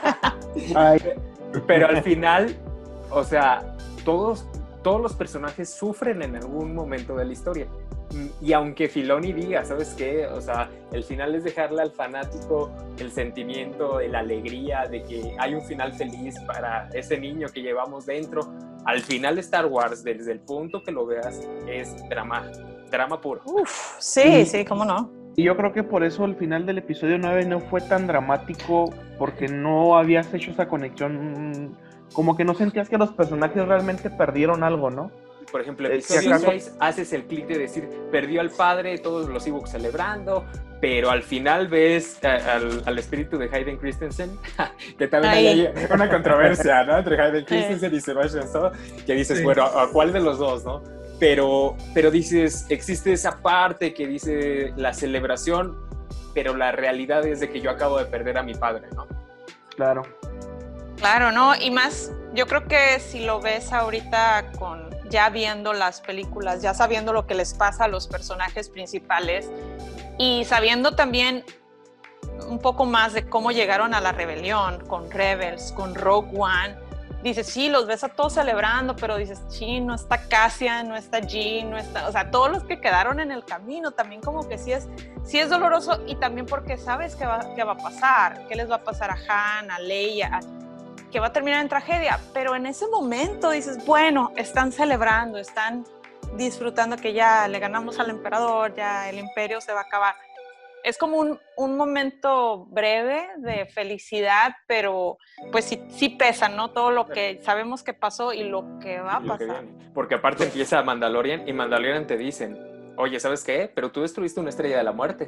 Ay, pero al final, o sea, todos, todos los personajes sufren en algún momento de la historia. Y aunque Filoni diga, ¿sabes qué? O sea, el final es dejarle al fanático el sentimiento, la alegría de que hay un final feliz para ese niño que llevamos dentro. Al final Star Wars, desde el punto que lo veas, es drama, drama puro. Uf, sí, y, sí, cómo no. Y yo creo que por eso el final del episodio nueve no fue tan dramático, porque no habías hecho esa conexión, como que no sentías que los personajes realmente perdieron algo, ¿no? Por ejemplo, el episodio seis haces el clic de decir, perdió al padre, todos los Ewoks celebrando, pero al final ves a, al, al espíritu de Hayden Christensen, que también Ay. hay una controversia, ¿no? Entre Hayden Christensen y Sebastian Shaw, que dices, sí. bueno, ¿a cuál de los dos, no? Pero, pero dices, existe esa parte que dice la celebración, pero la realidad es de que yo acabo de perder a mi padre, ¿no? Claro. Claro, ¿no? Y más, yo creo que si lo ves ahorita con ya viendo las películas, ya sabiendo lo que les pasa a los personajes principales y sabiendo también un poco más de cómo llegaron a la rebelión con Rebels, con Rogue One, dices, sí, los ves a todos celebrando, pero dices, sí, no está Cassian, no está Jean, no está, o sea, todos los que quedaron en el camino, también como que sí es, sí es doloroso y también porque sabes qué va, qué va a pasar, qué les va a pasar a Han, a Leia, a, que va a terminar en tragedia, pero en ese momento dices, bueno, están celebrando, están disfrutando que ya le ganamos al emperador, ya el imperio se va a acabar. Es como un, un momento breve de felicidad, pero pues sí, sí pesa, ¿no? Todo lo que sabemos que pasó y lo que va a pasar. Porque aparte empieza Mandalorian y Mandalorian te dicen, oye, ¿sabes qué? Pero tú destruiste una estrella de la muerte.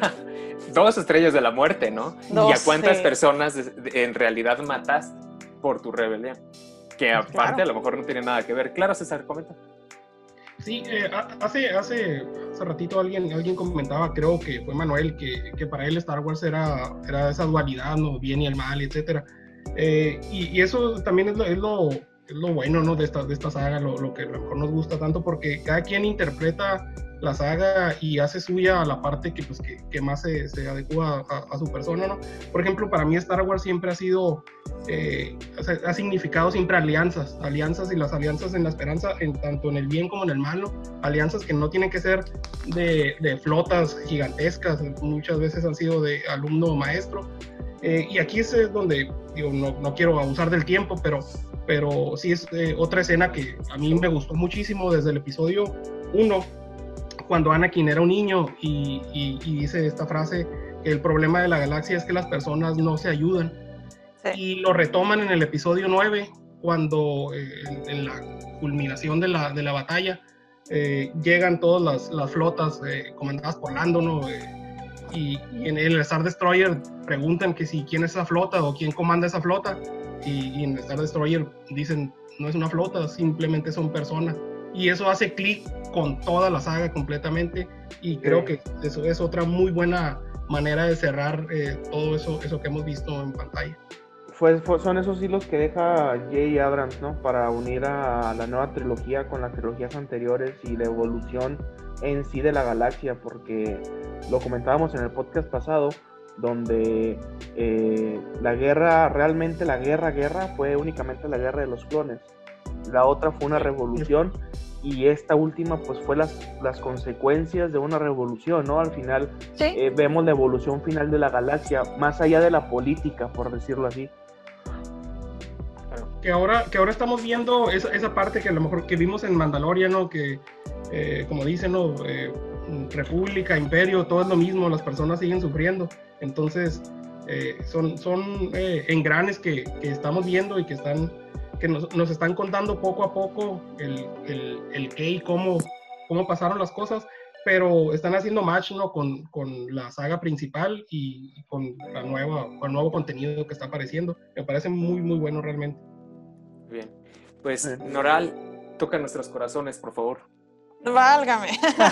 Dos estrellas de la muerte, ¿no? Dos, ¿y a cuántas sí. personas en realidad mataste por tu rebelión? Que aparte claro. a lo mejor no tiene nada que ver. Claro, César, comenta. Sí, eh, hace, hace, hace ratito alguien, alguien comentaba, creo que fue Manuel, que, que para él Star Wars era, era esa dualidad, ¿no? Bien y el mal, etcétera. Eh, y, y eso también es lo, es lo, es lo bueno, ¿no? De esta, de esta saga, lo, lo que a lo mejor nos gusta tanto, porque cada quien interpreta la saga y hace suya la parte que, pues, que, que más se, se adecua a, a su persona, ¿no? Por ejemplo, para mí Star Wars siempre ha sido, eh, ha significado siempre alianzas, alianzas y las alianzas en la esperanza, en, tanto en el bien como en el malo, alianzas que no tienen que ser de, de flotas gigantescas, muchas veces han sido de alumno-maestro, eh, y aquí es donde, digo, no, no quiero abusar del tiempo, pero, pero sí es eh, otra escena que a mí me gustó muchísimo desde el episodio uno, cuando Anakin era un niño y, y, y dice esta frase, que el problema de la galaxia es que las personas no se ayudan. Sí. Y lo retoman en el episodio nueve, cuando eh, en, en la culminación de la, de la batalla eh, llegan todas las, las flotas eh, comandadas por Lando, ¿no? Eh, y, y en el Star Destroyer preguntan que si quién es esa flota o quién comanda esa flota, y, y en el Star Destroyer dicen, no es una flota, simplemente son personas. Y eso hace clic con toda la saga completamente, y creo sí. que eso es otra muy buena manera de cerrar eh, todo eso, eso que hemos visto en pantalla. Fue, fue, son esos hilos que deja J. Abrams, ¿no? Para unir a la nueva trilogía con las trilogías anteriores y la evolución en sí de la galaxia, porque lo comentábamos en el podcast pasado, donde eh, la guerra, realmente la guerra, guerra, fue únicamente la guerra de los clones. La otra fue una revolución y esta última pues fue las, las consecuencias de una revolución, ¿no? Al final ¿Sí? eh, vemos la evolución final de la galaxia, más allá de la política, por decirlo así. Que ahora, que ahora estamos viendo esa, esa parte que a lo mejor que vimos en Mandalorian, ¿no? Que eh, como dicen, ¿no? Eh, República, Imperio, todo es lo mismo, las personas siguen sufriendo. Entonces eh, son, son eh, engranes que, que estamos viendo y que están que nos, nos están contando poco a poco el, el, el qué y cómo, cómo pasaron las cosas, pero están haciendo match, ¿no? con, con la saga principal y, y con, la nueva, con el nuevo contenido que está apareciendo. Me parece muy, muy bueno realmente. Bien, pues Noral, toca nuestros corazones, por favor. Válgame.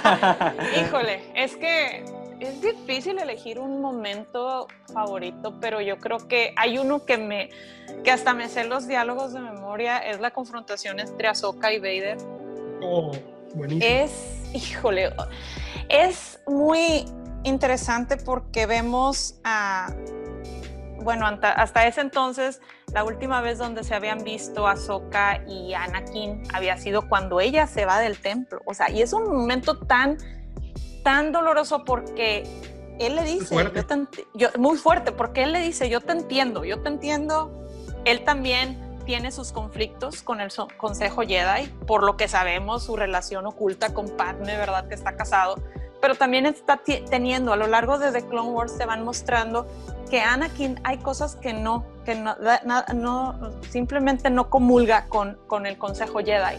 Híjole, es que es difícil elegir un momento favorito, pero yo creo que hay uno que me que hasta me sé los diálogos de memoria, es la confrontación entre Ahsoka y Vader. Oh, buenísimo. Es, híjole, es muy interesante porque vemos a, bueno, hasta, hasta ese entonces, la última vez donde se habían visto Ahsoka y Anakin había sido cuando ella se va del templo. O sea, y es un momento tan, tan doloroso porque él le dice, yo te, yo, muy fuerte, porque él le dice, yo te entiendo, yo te entiendo. Él también tiene sus conflictos con el Consejo Jedi, por lo que sabemos, su relación oculta con Padme, ¿verdad? Que está casado, pero también está t- teniendo, a lo largo de The Clone Wars se van mostrando que Anakin hay cosas que no, que no, na, no simplemente no comulga con, con el Consejo Jedi,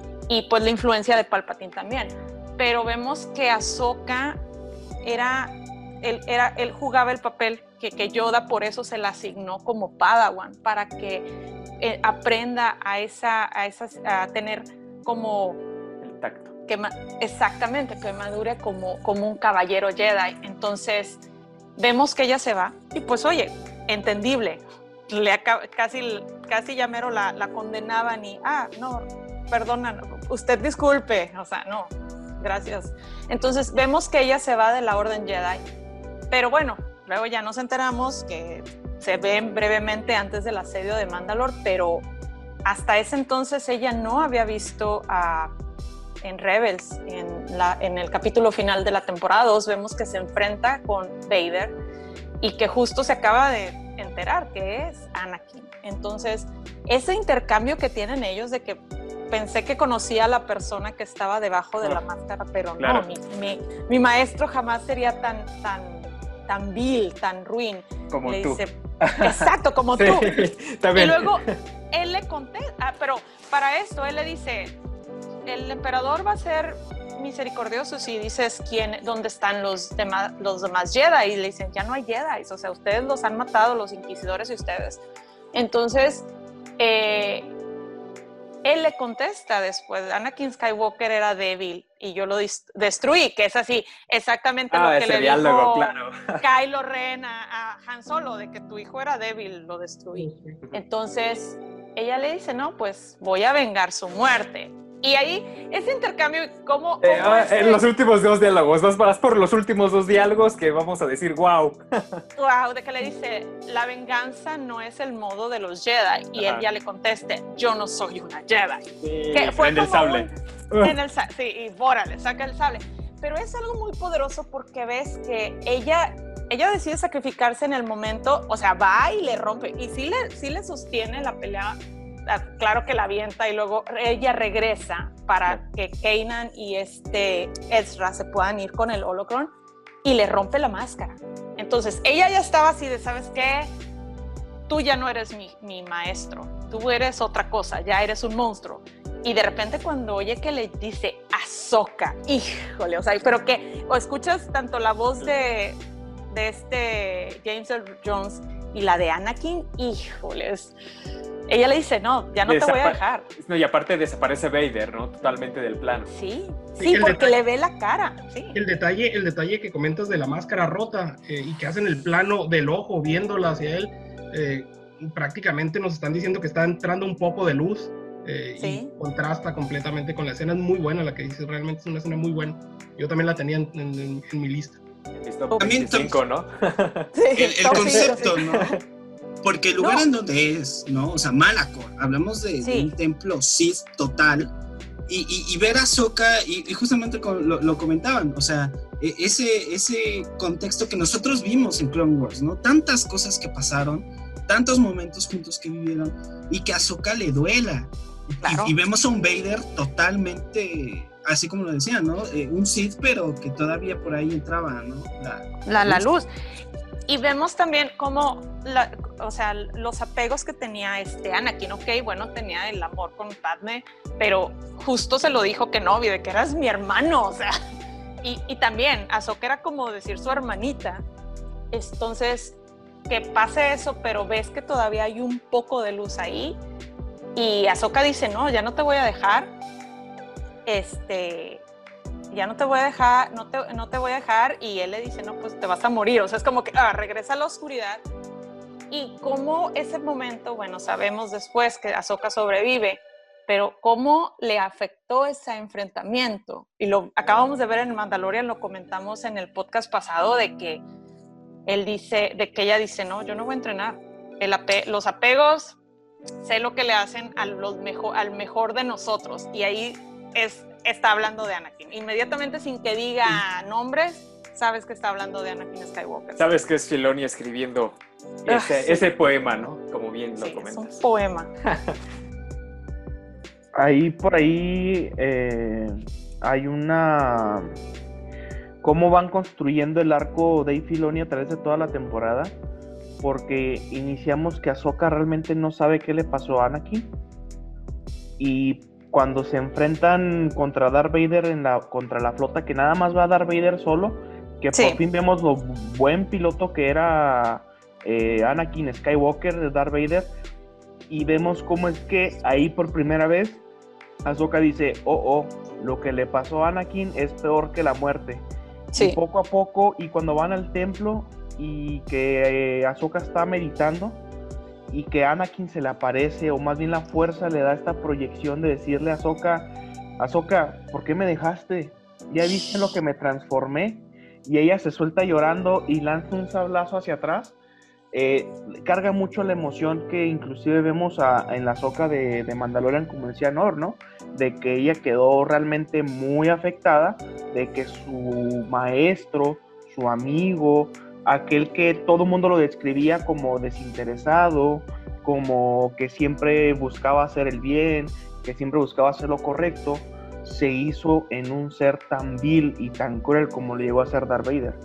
y pues la influencia de Palpatine también. Pero vemos que Ahsoka era, él, era, él jugaba el papel que, que Yoda por eso se la asignó como Padawan, para que eh, aprenda a, esa, a, esas, a tener como... el tacto. Que, exactamente, que madure como, como un caballero Jedi. Entonces vemos que ella se va y pues oye, entendible, le acaba, casi, casi ya mero la, la condenaban y, ah, no, perdona, usted disculpe, o sea, no, gracias. Entonces vemos que ella se va de la Orden Jedi, pero bueno, luego ya nos enteramos que se ven brevemente antes del asedio de Mandalore, pero hasta ese entonces ella no había visto a... en Rebels, en, la, en el capítulo final de la temporada dos, vemos que se enfrenta con Vader y que justo se acaba de enterar que es Anakin. Entonces, ese intercambio que tienen ellos de que pensé que conocía a la persona que estaba debajo de la máscara, pero claro. no, mi, mi, mi maestro jamás sería tan, tan, tan vil, tan ruin. Como le tú. Dice, exacto, como sí, tú. También. Y luego él le contesta, ah, pero para esto él le dice... el emperador va a ser misericordioso si dices quién, dónde están los demás, los demás Jedi, y le dicen, ya no hay Jedi, o sea, ustedes los han matado, los inquisidores y ustedes. Entonces, eh, él le contesta después, Anakin Skywalker era débil y yo lo dis- destruí, que es así, exactamente ah, lo que le diálogo, dijo claro. Kylo Ren a, a Han Solo, de que tu hijo era débil, lo destruí. Entonces, ella le dice, no, pues voy a vengar su muerte. Y ahí, ese intercambio, ¿cómo? cómo eh, ah, ese... En los últimos dos diálogos, vas, vas por los últimos dos diálogos que vamos a decir, wow. Wow, de que le dice, la venganza no es el modo de los Jedi. Y Ajá. él ya le conteste, yo no soy una Jedi. Sí, que fue en el sable. Un, en el sable, sí, y bórale, saca el sable. Pero es algo muy poderoso porque ves que ella... ella decide sacrificarse en el momento, o sea, va y le rompe. Y sí le, sí le sostiene la pelea. Claro que la avienta y luego ella regresa para que Kanan y este Ezra se puedan ir con el holocron y le rompe la máscara. Entonces ella ya estaba así de, ¿sabes qué? Tú ya no eres mi, mi maestro, tú eres otra cosa, ya eres un monstruo. Y de repente cuando oye que le dice Ahsoka, híjole, o sea, pero que o escuchas tanto la voz de, de este James Earl Jones y la de Anakin, híjoles. Ella le dice, no, ya no Desapa- te voy a dejar. No, y aparte desaparece Vader, ¿no? Totalmente del plano. Sí, sí, sí porque detalle, le ve la cara. Sí. El detalle, el detalle que comentas de la máscara rota eh, y que hacen el plano del ojo viéndola hacia él, eh, prácticamente nos están diciendo que está entrando un poco de luz eh, sí. y contrasta completamente con la escena. Es muy buena la que dices, realmente es una escena muy buena. Yo también la tenía en, en, en mi lista. Listo, veinticinco, ¿no? Sí, el, el concepto, ¿no? Porque el lugar no. en donde es, ¿no? O sea, Malachor, hablamos de, sí. de un templo Sith total, y, y, y ver a Ahsoka, y, y justamente lo, lo comentaban, o sea, ese, ese contexto que nosotros vimos en Clone Wars, ¿no? Tantas cosas que pasaron, tantos momentos juntos que vivieron, y que a Ahsoka le duela. Claro. Y, y vemos a un Vader totalmente, así como lo decían, ¿no? Eh, un Sith, pero que todavía por ahí entraba, ¿no? La, la, la luz. Y vemos también cómo, la, o sea, los apegos que tenía este Anakin, ok, bueno, tenía el amor con Padme, pero justo se lo dijo que no, de que eras mi hermano, o sea, y, y también Ahsoka era como decir su hermanita, entonces, que pase eso, pero ves que todavía hay un poco de luz ahí, y Ahsoka dice, no, ya no te voy a dejar, este... ya no te voy a dejar, no te, no te voy a dejar, y él le dice, no, pues te vas a morir, o sea, es como que, ah, regresa a la oscuridad, y cómo ese momento, bueno, sabemos después que Ahsoka sobrevive, pero cómo le afectó ese enfrentamiento, y lo acabamos de ver en Mandalorian, lo comentamos en el podcast pasado, de que él dice, de que ella dice, no, yo no voy a entrenar, el ape- los apegos, sé lo que le hacen a los mejor, al mejor de nosotros, y ahí es está hablando de Anakin. Inmediatamente, sin que diga nombres, sabes que está hablando de Anakin Skywalker. Sabes que es Filoni escribiendo ese, ah, sí. ese poema, ¿no? Como bien sí, lo comentas. Es un poema. Ahí, por ahí, eh, hay una... ¿Cómo van construyendo el arco Dave Filoni a través de toda la temporada? Porque iniciamos que Ahsoka realmente no sabe qué le pasó a Anakin. Y cuando se enfrentan contra Darth Vader en la, contra la flota, que nada más va Darth Vader solo, que sí. Por fin vemos lo buen piloto que era eh, Anakin Skywalker de Darth Vader, y vemos cómo es que ahí por primera vez Ahsoka dice, oh, oh, lo que le pasó a Anakin es peor que la muerte. Sí. Y poco a poco, y cuando van al templo, y que eh, Ahsoka está meditando, y que Anakin se le aparece, o más bien la fuerza le da esta proyección de decirle a Ahsoka, Ahsoka, ¿por qué me dejaste? ¿Ya viste lo que me transformé? Y ella se suelta llorando y lanza un sablazo hacia atrás. Eh, carga mucho la emoción que inclusive vemos a, en la Ahsoka de, de Mandalorian, como decía Nor, ¿no? De que ella quedó realmente muy afectada, de que su maestro, su amigo, aquel que todo el mundo lo describía como desinteresado, como que siempre buscaba hacer el bien, que siempre buscaba hacer lo correcto, se hizo en un ser tan vil y tan cruel como le llegó a ser Darth Vader.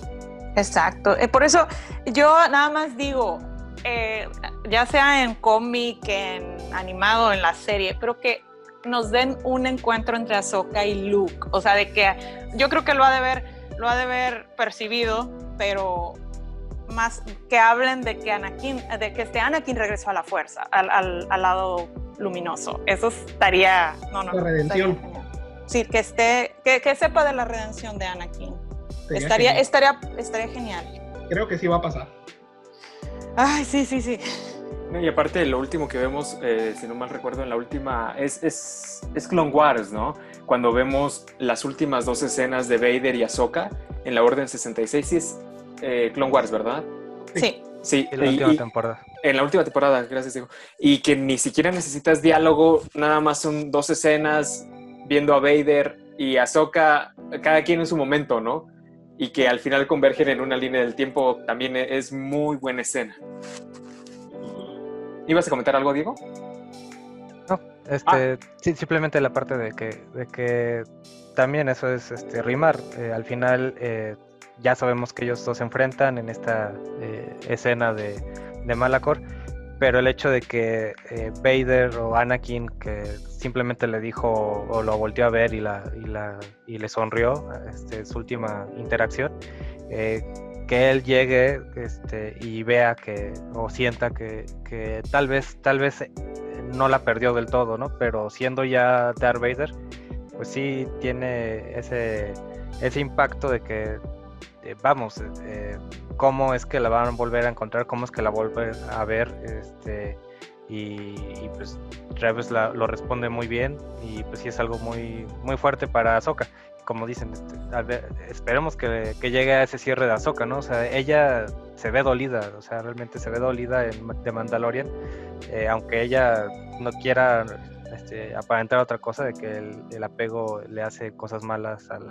Exacto, eh, por eso yo nada más digo, eh, ya sea en cómic, en animado, en la serie, pero que nos den un encuentro entre Ahsoka y Luke, o sea, de que yo creo que lo ha de ver, lo ha de ver percibido, pero más que hablen de que Anakin, de que este Anakin regresó a la fuerza, al, al, al lado luminoso. Eso estaría, no, no, la redención. Sí, que esté, que, que sepa de la redención de Anakin. Estaría, estaría, estaría genial. Creo que sí va a pasar. Ay, sí, sí, sí. No, y aparte lo último que vemos, eh, si no mal recuerdo, en la última es, es, es Clone Wars, ¿no? Cuando vemos las últimas dos escenas de Vader y Ahsoka en la Orden sesenta y seis, sí es eh, Clone Wars, ¿verdad? Sí. Sí, en la y, última y, temporada. En la última temporada, gracias, Diego. Y que ni siquiera necesitas diálogo, nada más son dos escenas viendo a Vader y Ahsoka, cada quien en su momento, ¿no? Y que al final convergen en una línea del tiempo, también es muy buena escena. ¿Ibas a comentar algo, Diego? No, este, ah. sí, simplemente la parte de que, de que también eso es este, rimar. Eh, al final eh, ya sabemos que ellos dos se enfrentan en esta eh, escena de, de Malachor, pero el hecho de que eh, Vader o Anakin, que simplemente le dijo o lo volteó a ver y, la, y, la, y le sonrió, este, su última interacción, eh, que él llegue este, y vea que o sienta que, que tal vez tal vez no la perdió del todo, ¿no? Pero siendo ya Darth Vader, pues sí tiene ese ese impacto de que eh, vamos, eh, cómo es que la van a volver a encontrar, cómo es que la volver a ver, este y, y pues Travis la, lo responde muy bien, y pues sí es algo muy muy fuerte para Ahsoka. Como dicen, este, a ver, esperemos que, que llegue a ese cierre de Ahsoka, ¿no? O sea, ella se ve dolida, o sea, realmente se ve dolida en The Mandalorian, eh, aunque ella no quiera este, aparentar otra cosa, de que el, el apego le hace cosas malas a, la,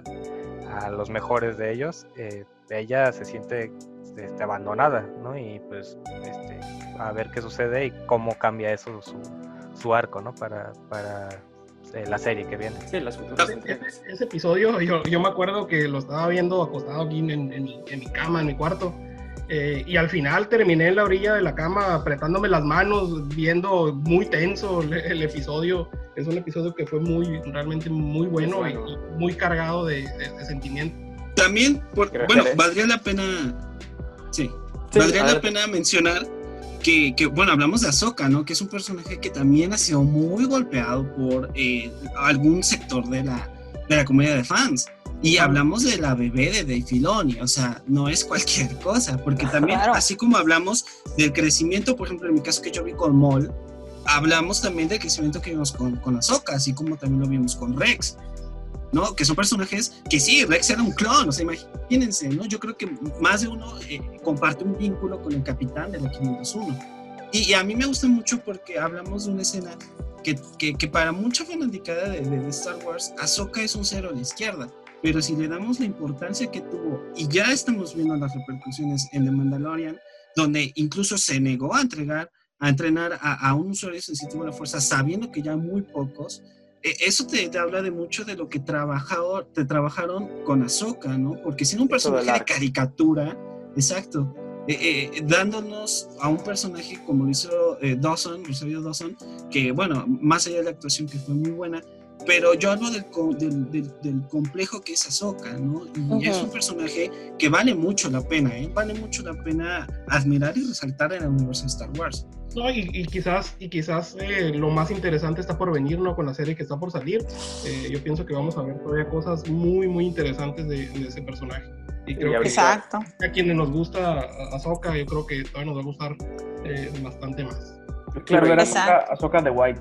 a los mejores de ellos, eh, ella se siente este, abandonada, ¿no? Y pues este, a ver qué sucede y cómo cambia eso su, su arco, ¿no? Para, para eh, la serie que viene. Sí, las futuras entregas. Ese, ese episodio, yo, yo me acuerdo que lo estaba viendo acostado aquí en, en, en, mi, en mi cama, en mi cuarto. Eh, y al final terminé en la orilla de la cama apretándome las manos, viendo muy tenso el, el episodio. Es un episodio que fue muy, realmente muy bueno, bueno. Y, y muy cargado de, de, de sentimiento. También, por, bueno, valdría la pena, sí, sí valdría la pena mencionar que, que, bueno, hablamos de Ahsoka, ¿no? Que es un personaje que también ha sido muy golpeado por eh, algún sector de la, de la comunidad de fans. Y hablamos de la bebé de Dave Filoni, o sea, no es cualquier cosa, porque también, claro. Así como hablamos del crecimiento, por ejemplo, en mi caso que yo vi con Maul, hablamos también del crecimiento que vimos con, con Ahsoka, así como también lo vimos con Rex, ¿no? Que son personajes que sí, Rex era un clon, o sea, imagínense, ¿no? Yo creo que más de uno eh, comparte un vínculo con el capitán de la quinientos uno. Y, y a mí me gusta mucho porque hablamos de una escena que, que, que para mucha fanaticada de, de, de Star Wars, Ahsoka es un cero a la izquierda. Pero si le damos la importancia que tuvo, y ya estamos viendo las repercusiones en The Mandalorian, donde incluso se negó a entregar, a entrenar a, a un usuario sensitivo de la fuerza, sabiendo que ya muy pocos, eh, eso te, te habla de mucho de lo que trabajado, te trabajaron con Ahsoka, ¿no? Porque siendo un personaje de caricatura, exacto, eh, eh, dándonos a un personaje como lo hizo eh, Dawson, Rosario Dawson, que bueno, más allá de la actuación que fue muy buena, pero yo hablo del, del, del, del complejo que es Ahsoka, ¿no? Y uh-huh. Es un personaje que vale mucho la pena, ¿eh? Vale mucho la pena admirar y resaltar en el universo de Star Wars. No, y, y quizás, y quizás eh, lo más interesante está por venir, ¿no? Con la serie que está por salir. Eh, yo pienso que vamos a ver todavía cosas muy, muy interesantes de, de ese personaje. Y creo que Exacto. a quienes nos gusta Ahsoka, yo creo que todavía nos va a gustar eh, bastante más. Claro, ver a Ahsoka de White.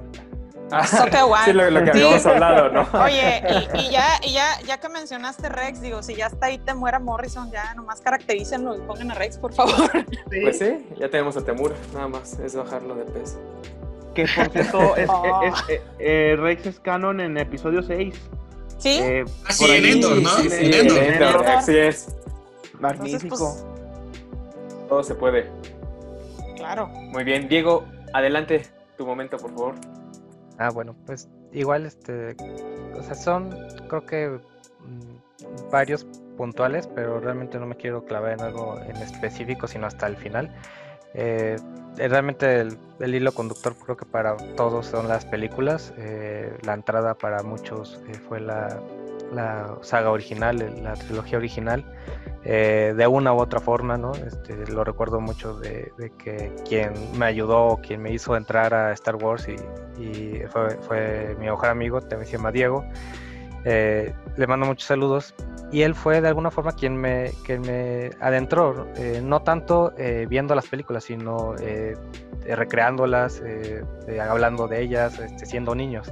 Ahsoka White. Sí, lo, lo que sí. habíamos hablado, ¿no? Oye, y, y, ya, y ya, ya que mencionaste Rex, digo, si ya está ahí te muera Morrison, ya nomás caracterícenlo y pongan a Rex, por favor. Sí. Pues sí, ya tenemos a Temura, nada más, es bajarlo de peso. Que por cierto, es, oh. es, es, es, eh, Rex es canon en episodio seis. ¿Sí? Eh, ah, sí, en Endor, ¿no? Sí, sí, en Endor. En Endor. Así es. Magnífico. Entonces, pues, todo se puede. Claro. Muy bien, Diego, adelante, tu momento, por favor. Ah, bueno, pues igual, este, o sea, son, creo que mmm, varios puntuales, pero realmente no me quiero clavar en algo en específico, sino hasta el final. Eh, realmente el, el hilo conductor creo que para todos son las películas. Eh, la entrada para muchos eh, fue la, la saga original, la trilogía original. Eh, de una u otra forma, ¿no? Este, lo recuerdo mucho de, de que quien me ayudó, quien me hizo entrar a Star Wars y, y fue, fue mi mejor amigo, también se llama Diego. Eh, le mando muchos saludos y él fue de alguna forma quien me, quien me adentró, eh, no tanto eh, viendo las películas, sino eh, recreándolas, eh, eh, hablando de ellas, este, siendo niños.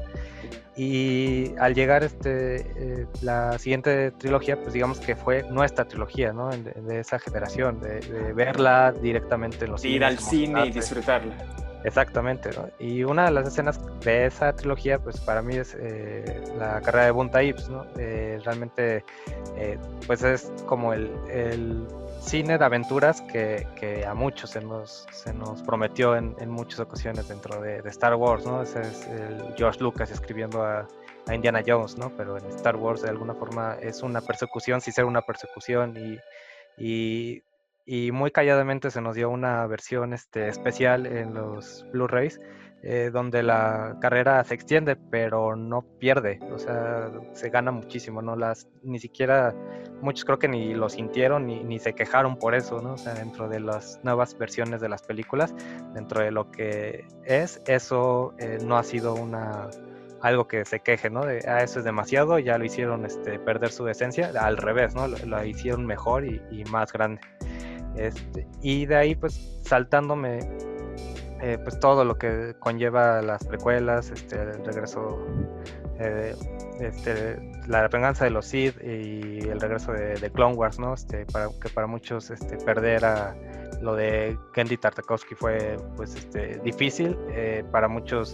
Y al llegar este eh, la siguiente trilogía, pues digamos que fue nuestra trilogía, ¿no? De, de esa generación, de, de verla directamente en los cines. Ir al cine y disfrutarla. Exactamente, ¿no? Y una de las escenas de esa trilogía, pues para mí es eh, la carrera de Bunta Ips, ¿no? Eh, realmente, eh, pues es como el, el cine de aventuras que, que a muchos se nos, se nos prometió en, en muchas ocasiones dentro de, de Star Wars, ¿no? Ese es el George Lucas escribiendo a, a Indiana Jones, ¿no? Pero en Star Wars de alguna forma es una persecución, sí ser una persecución y, y, y muy calladamente se nos dio una versión este, especial en los Blu-rays, eh, donde la carrera se extiende pero no pierde, o sea, se gana muchísimo, ¿no? Las, ni siquiera, muchos creo que ni lo sintieron ni, ni se quejaron por eso, ¿no? O sea, dentro de las nuevas versiones de las películas, dentro de lo que es, eso eh, no ha sido una algo que se queje, ¿no? De, ah, eso es demasiado, ya lo hicieron este, perder su esencia, al revés, ¿no? Lo, lo hicieron mejor y, y más grande. Este, y de ahí, pues, saltándome eh, pues todo lo que conlleva las precuelas, este, el regreso, eh, este, la venganza de los Sith y el regreso de, de Clone Wars, ¿no? Este, para, que para muchos este, perder a lo de Genndy Tartakovsky fue pues este, difícil, eh, para muchos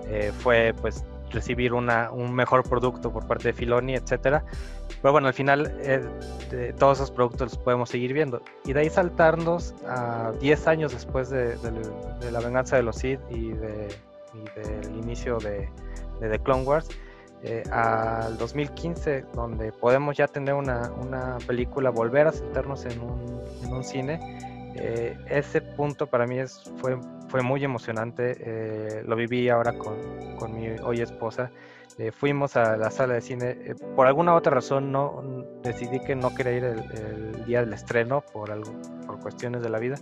eh, fue pues recibir una, un mejor producto por parte de Filoni, etcétera. Pero bueno, al final eh, de todos esos productos los podemos seguir viendo. Y de ahí saltarnos a diez años después de, de, de la venganza de los Sith y, de, y del inicio de, de The Clone Wars, eh, al dos mil quince, donde podemos ya tener una, una película, volver a sentarnos en un, en un cine. Eh, ese punto para mí es, fue, fue muy emocionante. Eh, lo viví ahora con, con mi hoy esposa. Eh, fuimos a la sala de cine. Eh, por alguna otra razón no decidí que no quería ir el, el día del estreno por, algo, por cuestiones de la vida,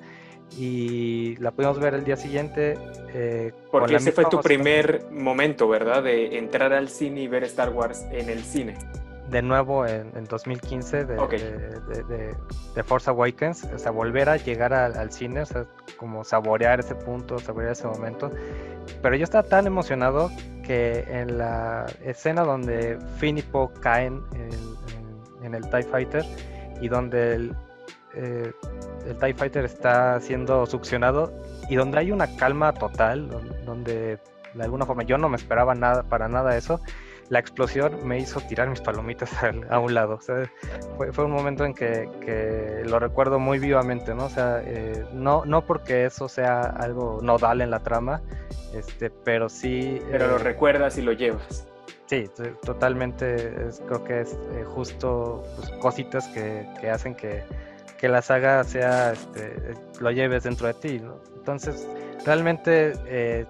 y la pudimos ver el día siguiente. Eh, Porque ese fue tu primer momento, ¿verdad? De entrar al cine y ver Star Wars en el cine. De nuevo en, en dos mil quince de, okay. de, de, de, de Force Awakens, o sea, volver a llegar al, al cine, o sea, como saborear ese punto, saborear ese momento. Pero yo estaba tan emocionado que en la escena donde Finn y Poe caen en, en, en el TIE Fighter, y donde el, eh, el TIE Fighter está siendo succionado, y donde hay una calma total, donde de alguna forma yo no me esperaba nada, para nada eso. La explosión me hizo tirar mis palomitas a, a un lado. O sea, fue, fue un momento en que, que lo recuerdo muy vivamente, ¿no? O sea, eh, no, no porque eso sea algo nodal en la trama, este, pero sí... Pero eh, lo recuerdas y lo llevas. Sí, totalmente. Es, creo que es eh, justo pues, cositas que, que hacen que, que la saga sea, este, lo lleves dentro de ti, ¿no? Entonces, realmente... Eh,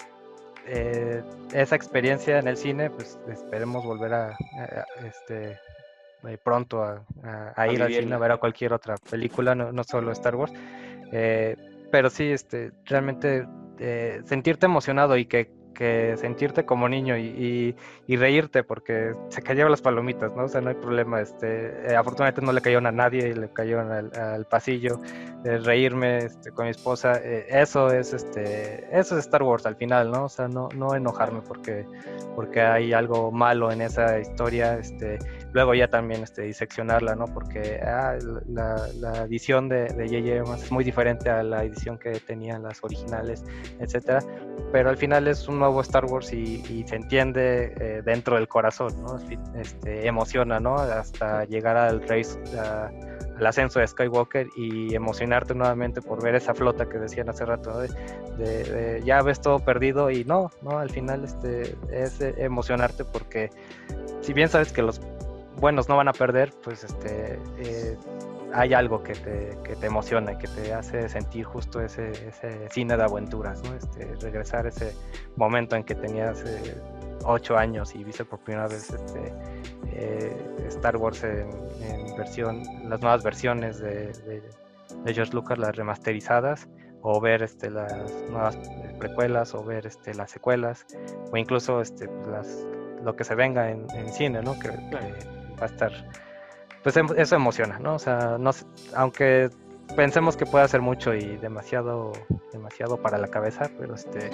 Eh, esa experiencia en el cine, pues esperemos volver a, a, a este eh, pronto a, a, a ir a al cine a ver a cualquier otra película, no, no solo Star Wars, eh, pero sí, este, realmente eh, sentirte emocionado y que, que sentirte como niño y, y, y reírte porque se cayeron las palomitas, ¿no? O sea, no hay problema. Este, eh, afortunadamente no le cayeron a nadie, le cayeron al, al pasillo. Eh, reírme este, con mi esposa, eh, eso es este, eso es Star Wars al final, ¿no? O sea, no, no enojarme porque, porque hay algo malo en esa historia. Este, luego ya también este, diseccionarla, ¿no? Porque ah, la, la edición de J J Abrams es muy diferente a la edición que tenían las originales, etcétera. Pero al final es un nuevo Star Wars y, y se entiende eh, dentro del corazón, ¿no? Este, emociona, ¿no? Hasta llegar al race, a, al ascenso de Skywalker y emocionarte nuevamente por ver esa flota que decían hace rato, ¿no? de, de, de ya ves todo perdido, y no, no, al final este, es emocionarte porque si bien sabes que los buenos no van a perder, pues este eh, hay algo que te, que te emociona y que te hace sentir justo ese, ese cine de aventuras, ¿no? Este, regresar a ese momento en que tenías eh, ocho años y viste por primera vez este, eh, Star Wars en, en versión, las nuevas versiones de, de, de George Lucas, las remasterizadas, o ver este, las nuevas precuelas, o ver este, las secuelas, o incluso este, las, lo que se venga en, en cine, ¿no? Que, que va a estar... Pues eso emociona, ¿no? O sea, no, aunque pensemos que puede hacer mucho y demasiado demasiado para la cabeza, pero este,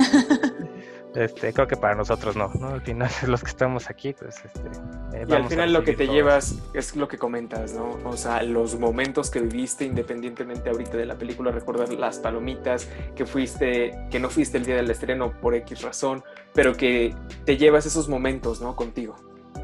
este creo que para nosotros no, ¿no? Al final, los que estamos aquí, pues este, eh, y al final lo que te llevas eso. Es lo que comentas, ¿no? O sea, los momentos que viviste, independientemente ahorita de la película, recordar las palomitas, que fuiste, que no fuiste el día del estreno por X razón, pero que te llevas esos momentos, ¿no? Contigo.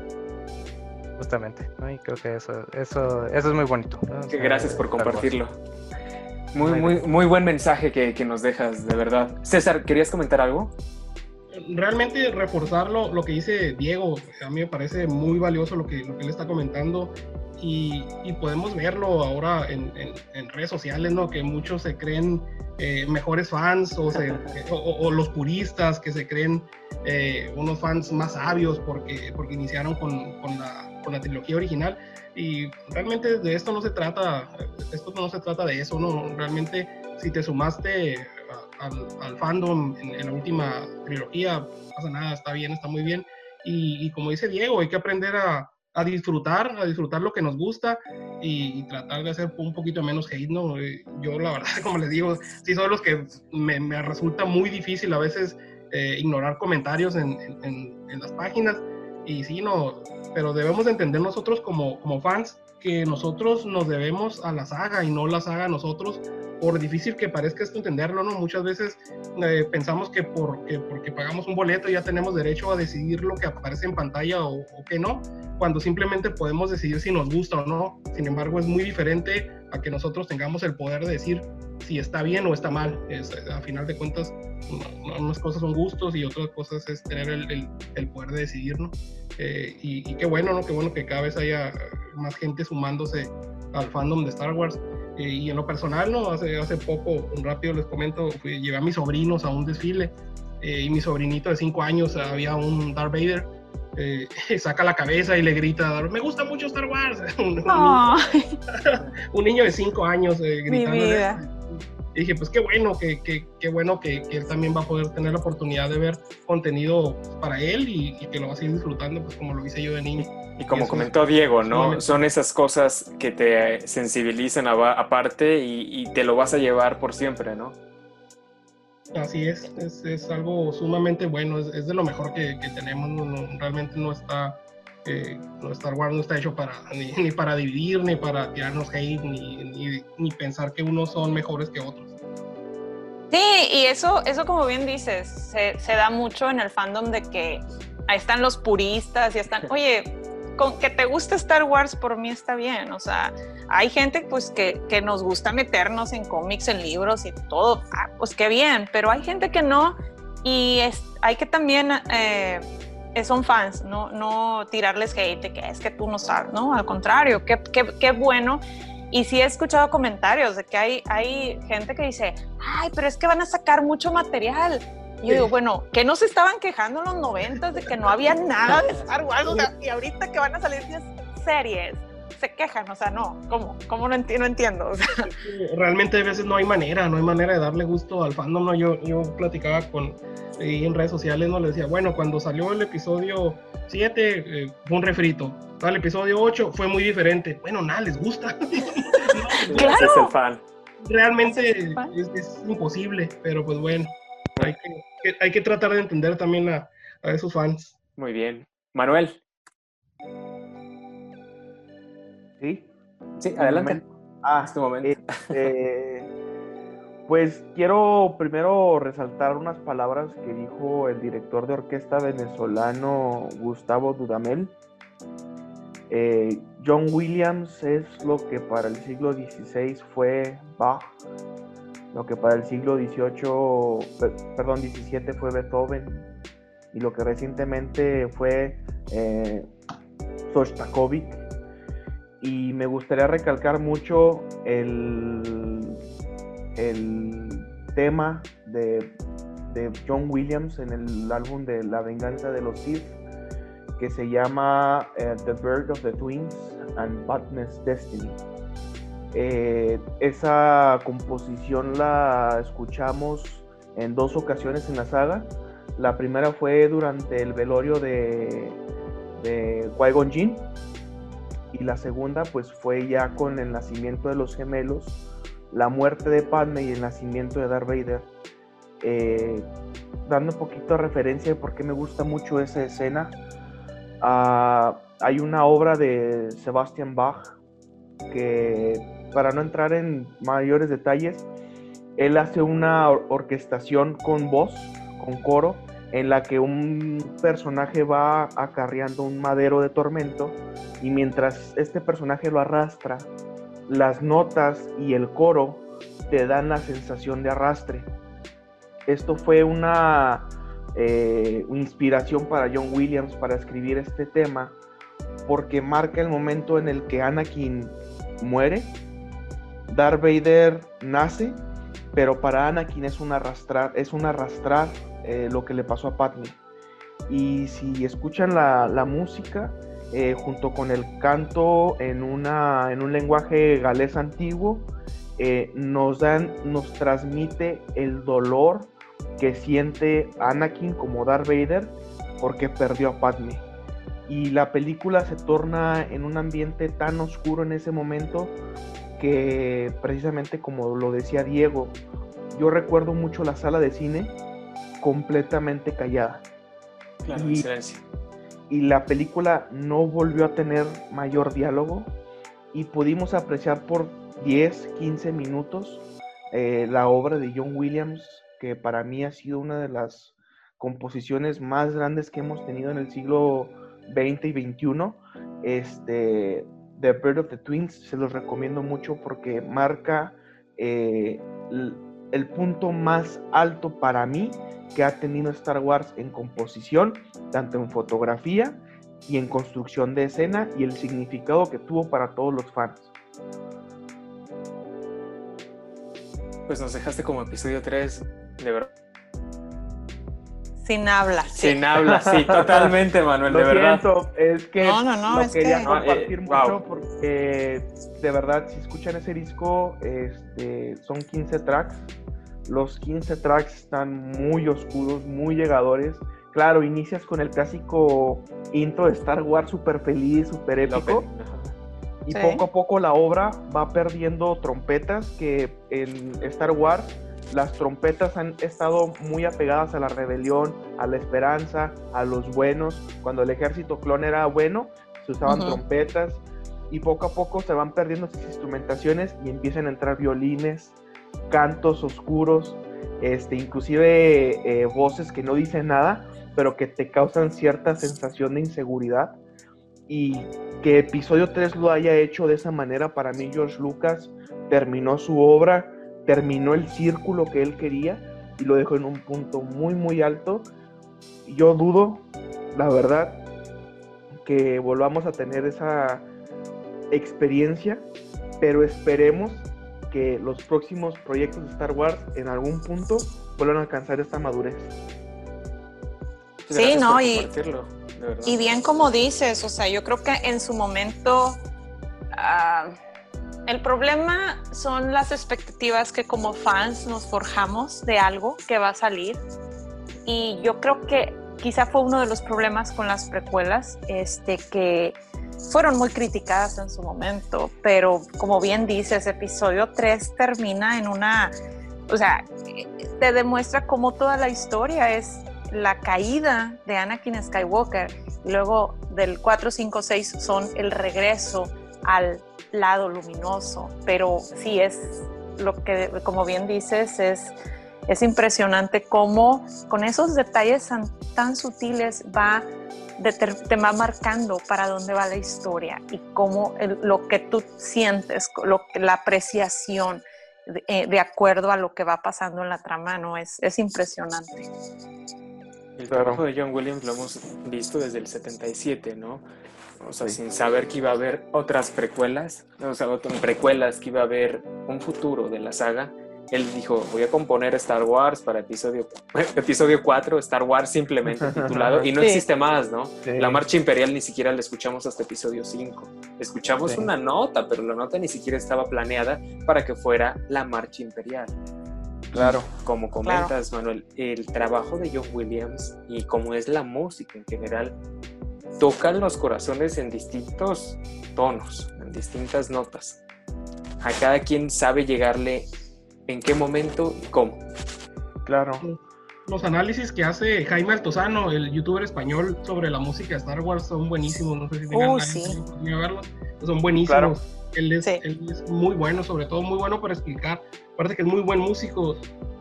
Justamente, ¿no? Y creo que eso, eso, eso es muy bonito, ¿no? O sea, gracias por compartirlo. Muy, muy, muy buen mensaje que, que nos dejas, de verdad. César, ¿querías comentar algo? Realmente reforzar lo, lo que dice Diego, a mí me parece muy valioso lo que, lo que él está comentando, y, y podemos verlo ahora en, en, en redes sociales, ¿no? Que muchos se creen eh, mejores fans, o, se, o, o los puristas que se creen eh, unos fans más sabios porque, porque iniciaron con, con, la, con la trilogía original, y realmente de esto no se trata, esto no se trata de eso, ¿no? Realmente si te sumaste al, al fandom en, en la última trilogía, no pasa nada, está bien, está muy bien, y, y como dice Diego, hay que aprender a, a disfrutar, a disfrutar lo que nos gusta, y, y tratar de hacer un poquito menos hate, ¿no? Yo la verdad, como les digo, sí soy de los que me, me resulta muy difícil a veces eh, ignorar comentarios en, en, en las páginas, y sí, no, pero debemos entender nosotros como, como fans que nosotros nos debemos a la saga y no la saga a nosotros, por difícil que parezca esto entenderlo, ¿no? Muchas veces eh, pensamos que, por, que porque pagamos un boleto ya tenemos derecho a decidir lo que aparece en pantalla o, o que no, cuando simplemente podemos decidir si nos gusta o no. Sin embargo, es muy diferente a que nosotros tengamos el poder de decir si está bien o está mal. Es, a final de cuentas, unas cosas son gustos y otras cosas es tener el, el, el poder de decidir, ¿no? Eh, y, y qué bueno, ¿no? Qué bueno que cada vez haya más gente sumándose al fandom de Star Wars. Eh, y en lo personal, ¿no? Hace, hace poco, rápido les comento, fui, llevé a mis sobrinos a un desfile eh, y mi sobrinito de cinco años había un Darth Vader. Eh, saca la cabeza y le grita, me gusta mucho Star Wars. un, oh. niño, un niño de cinco años eh, gritando. Mi vida. Y dije, pues qué bueno, que, que, qué bueno que, que él también va a poder tener la oportunidad de ver contenido para él y, y que lo va a seguir disfrutando, pues como lo hice yo de niño. Y como y comentó Diego, ¿no? es Son esas cosas que te sensibilizan a, aparte y, y te lo vas a llevar por siempre, ¿no? Así es, es, es algo sumamente bueno, es, es de lo mejor que, que tenemos, no, no, realmente no está, eh, no, Star Wars no está hecho para, ni, ni para dividir, ni para tirarnos hate, ni, ni, ni pensar que unos son mejores que otros. Sí, y eso, eso como bien dices, se, se da mucho en el fandom de que ahí están los puristas y están, oye, con que te guste Star Wars por mí está bien, o sea, hay gente pues que, que nos gusta meternos en cómics, en libros y todo, ah, pues qué bien, pero hay gente que no y es, hay que también, eh, son fans, no, no tirarles hate de que es que tú no sabes, no, al contrario, qué, qué, qué bueno. Y sí he escuchado comentarios de que hay, hay gente que dice, ay, pero es que van a sacar mucho material. Y yo digo, bueno, ¿qué no se estaban quejando en los noventas de que no había nada de Star Wars? O sea, y ahorita que van a salir diez series, se quejan, o sea, no, ¿cómo? ¿Cómo no entiendo? No entiendo, o sea. Realmente a veces no hay manera, no hay manera de darle gusto al fandom, ¿no? Yo, yo platicaba con, eh, en redes sociales, ¿no? Le decía, bueno, cuando salió el episodio siete, eh, fue un refrito. El episodio ocho fue muy diferente. Bueno, nada, les gusta. no, claro. Ese es el fan. Realmente es, es, es imposible, pero pues bueno, hay que, hay que tratar de entender también a, a esos fans. Muy bien. Manuel. Sí. Sí, adelante. Ah, este momento. Eh, pues quiero primero resaltar unas palabras que dijo el director de orquesta venezolano Gustavo Dudamel. Eh, John Williams es lo que para el siglo dieciséis fue Bach, lo que para el siglo dieciocho, perdón, diecisiete fue Beethoven, y lo que recientemente fue eh, Shostakovich. Y me gustaría recalcar mucho el, el tema de, de John Williams en el álbum de La venganza de los Sith, que se llama uh, The Birth of the Twins and Padme's Destiny. Eh, esa composición la escuchamos en dos ocasiones en la saga. La primera fue durante el velorio de, de Qui-Gon Jinn, y la segunda pues fue ya con el nacimiento de los gemelos, la muerte de Padme y el nacimiento de Darth Vader. Eh, dando un poquito de referencia de por qué me gusta mucho esa escena. Uh, hay una obra de Sebastian Bach que, para no entrar en mayores detalles, él hace una or- orquestación con voz, con coro, en la que un personaje va acarreando un madero de tormento, y mientras este personaje lo arrastra, las notas y el coro te dan la sensación de arrastre. Esto fue una Eh, inspiración para John Williams para escribir este tema, porque marca el momento en el que Anakin muere, Darth Vader nace, pero para Anakin es un arrastrar, es un arrastrar eh, lo que le pasó a Padme. Y si escuchan la, la música, eh, junto con el canto en, una, en un lenguaje galés antiguo, eh, nos, dan, nos transmite el dolor que siente Anakin como Darth Vader porque perdió a Padme. Y la película se torna en un ambiente tan oscuro en ese momento que, precisamente como lo decía Diego, yo recuerdo mucho la sala de cine completamente callada. Claro, y, silencio. Y la película no volvió a tener mayor diálogo, y pudimos apreciar por diez, quince minutos eh, la obra de John Williams, que para mí ha sido una de las composiciones más grandes que hemos tenido en el siglo veinte y veintiuno. Este, The Birth of the Twins, se los recomiendo mucho porque marca eh, el, el punto más alto para mí que ha tenido Star Wars en composición, tanto en fotografía y en construcción de escena, y el significado que tuvo para todos los fans. Pues nos dejaste como episodio tres, de verdad. Sin habla. Sí. Sin habla, sí, totalmente, Manuel, lo de verdad. Siento, es que no, no, no, lo es quería que... compartir eh, mucho wow. porque de verdad, si escuchan ese disco, este, son quince tracks. Los quince tracks están muy oscuros, muy llegadores. Claro, inicias con el clásico intro de Star Wars súper feliz, súper épico. Y sí. Poco a poco la obra va perdiendo trompetas, que en Star Wars las trompetas han estado muy apegadas a la rebelión, a la esperanza, a los buenos. Cuando el ejército clon era bueno, se usaban uh-huh. trompetas, y poco a poco se van perdiendo esas instrumentaciones y empiezan a entrar violines, cantos oscuros, este, inclusive eh, voces que no dicen nada, pero que te causan cierta sensación de inseguridad. Y que episodio tres lo haya hecho de esa manera, para mí George Lucas terminó su obra, terminó el círculo que él quería y lo dejó en un punto muy muy alto. Yo dudo, la verdad, que volvamos a tener esa experiencia, pero esperemos que los próximos proyectos de Star Wars en algún punto vuelvan a alcanzar esta madurez. Sí, no, y, y bien como dices, o sea, yo creo que en su momento uh, el problema son las expectativas que como fans nos forjamos de algo que va a salir, y yo creo que quizá fue uno de los problemas con las precuelas, este, que fueron muy criticadas en su momento, pero como bien dices, episodio tres termina en una, o sea, te demuestra cómo toda la historia es la caída de Anakin Skywalker, y luego del cuatro, cinco, seis son el regreso al lado luminoso. Pero sí, es lo que, como bien dices, es, es impresionante cómo con esos detalles tan, tan sutiles va, de, te va marcando para dónde va la historia, y cómo el, lo que tú sientes, lo, la apreciación de, de acuerdo a lo que va pasando en la trama, ¿no? Es, es impresionante. El trabajo de John Williams lo hemos visto desde el setenta y siete, ¿no? O sea, sí. sin saber que iba a haber otras precuelas, o sea, otras precuelas, que iba a haber un futuro de la saga. Él dijo, voy a componer Star Wars para episodio, episodio cuatro, Star Wars simplemente titulado, y no sí. existe más, ¿no? Sí. La marcha imperial ni siquiera la escuchamos hasta episodio cinco. Escuchamos sí. una nota, pero la nota ni siquiera estaba planeada para que fuera la marcha imperial. Claro. Como comentas, claro. Manuel, el trabajo de John Williams y como es la música en general, tocan los corazones en distintos tonos, en distintas notas. A cada quien sabe llegarle en qué momento y cómo. Claro. Los análisis que hace Jaime Altozano, el youtuber español, sobre la música de Star Wars son buenísimos. No sé si tengan uh, la sí. oportunidad de verlos. Son buenísimos. Claro. Él, es, sí. él es muy bueno, sobre todo muy bueno para explicar. Aparte que es muy buen músico.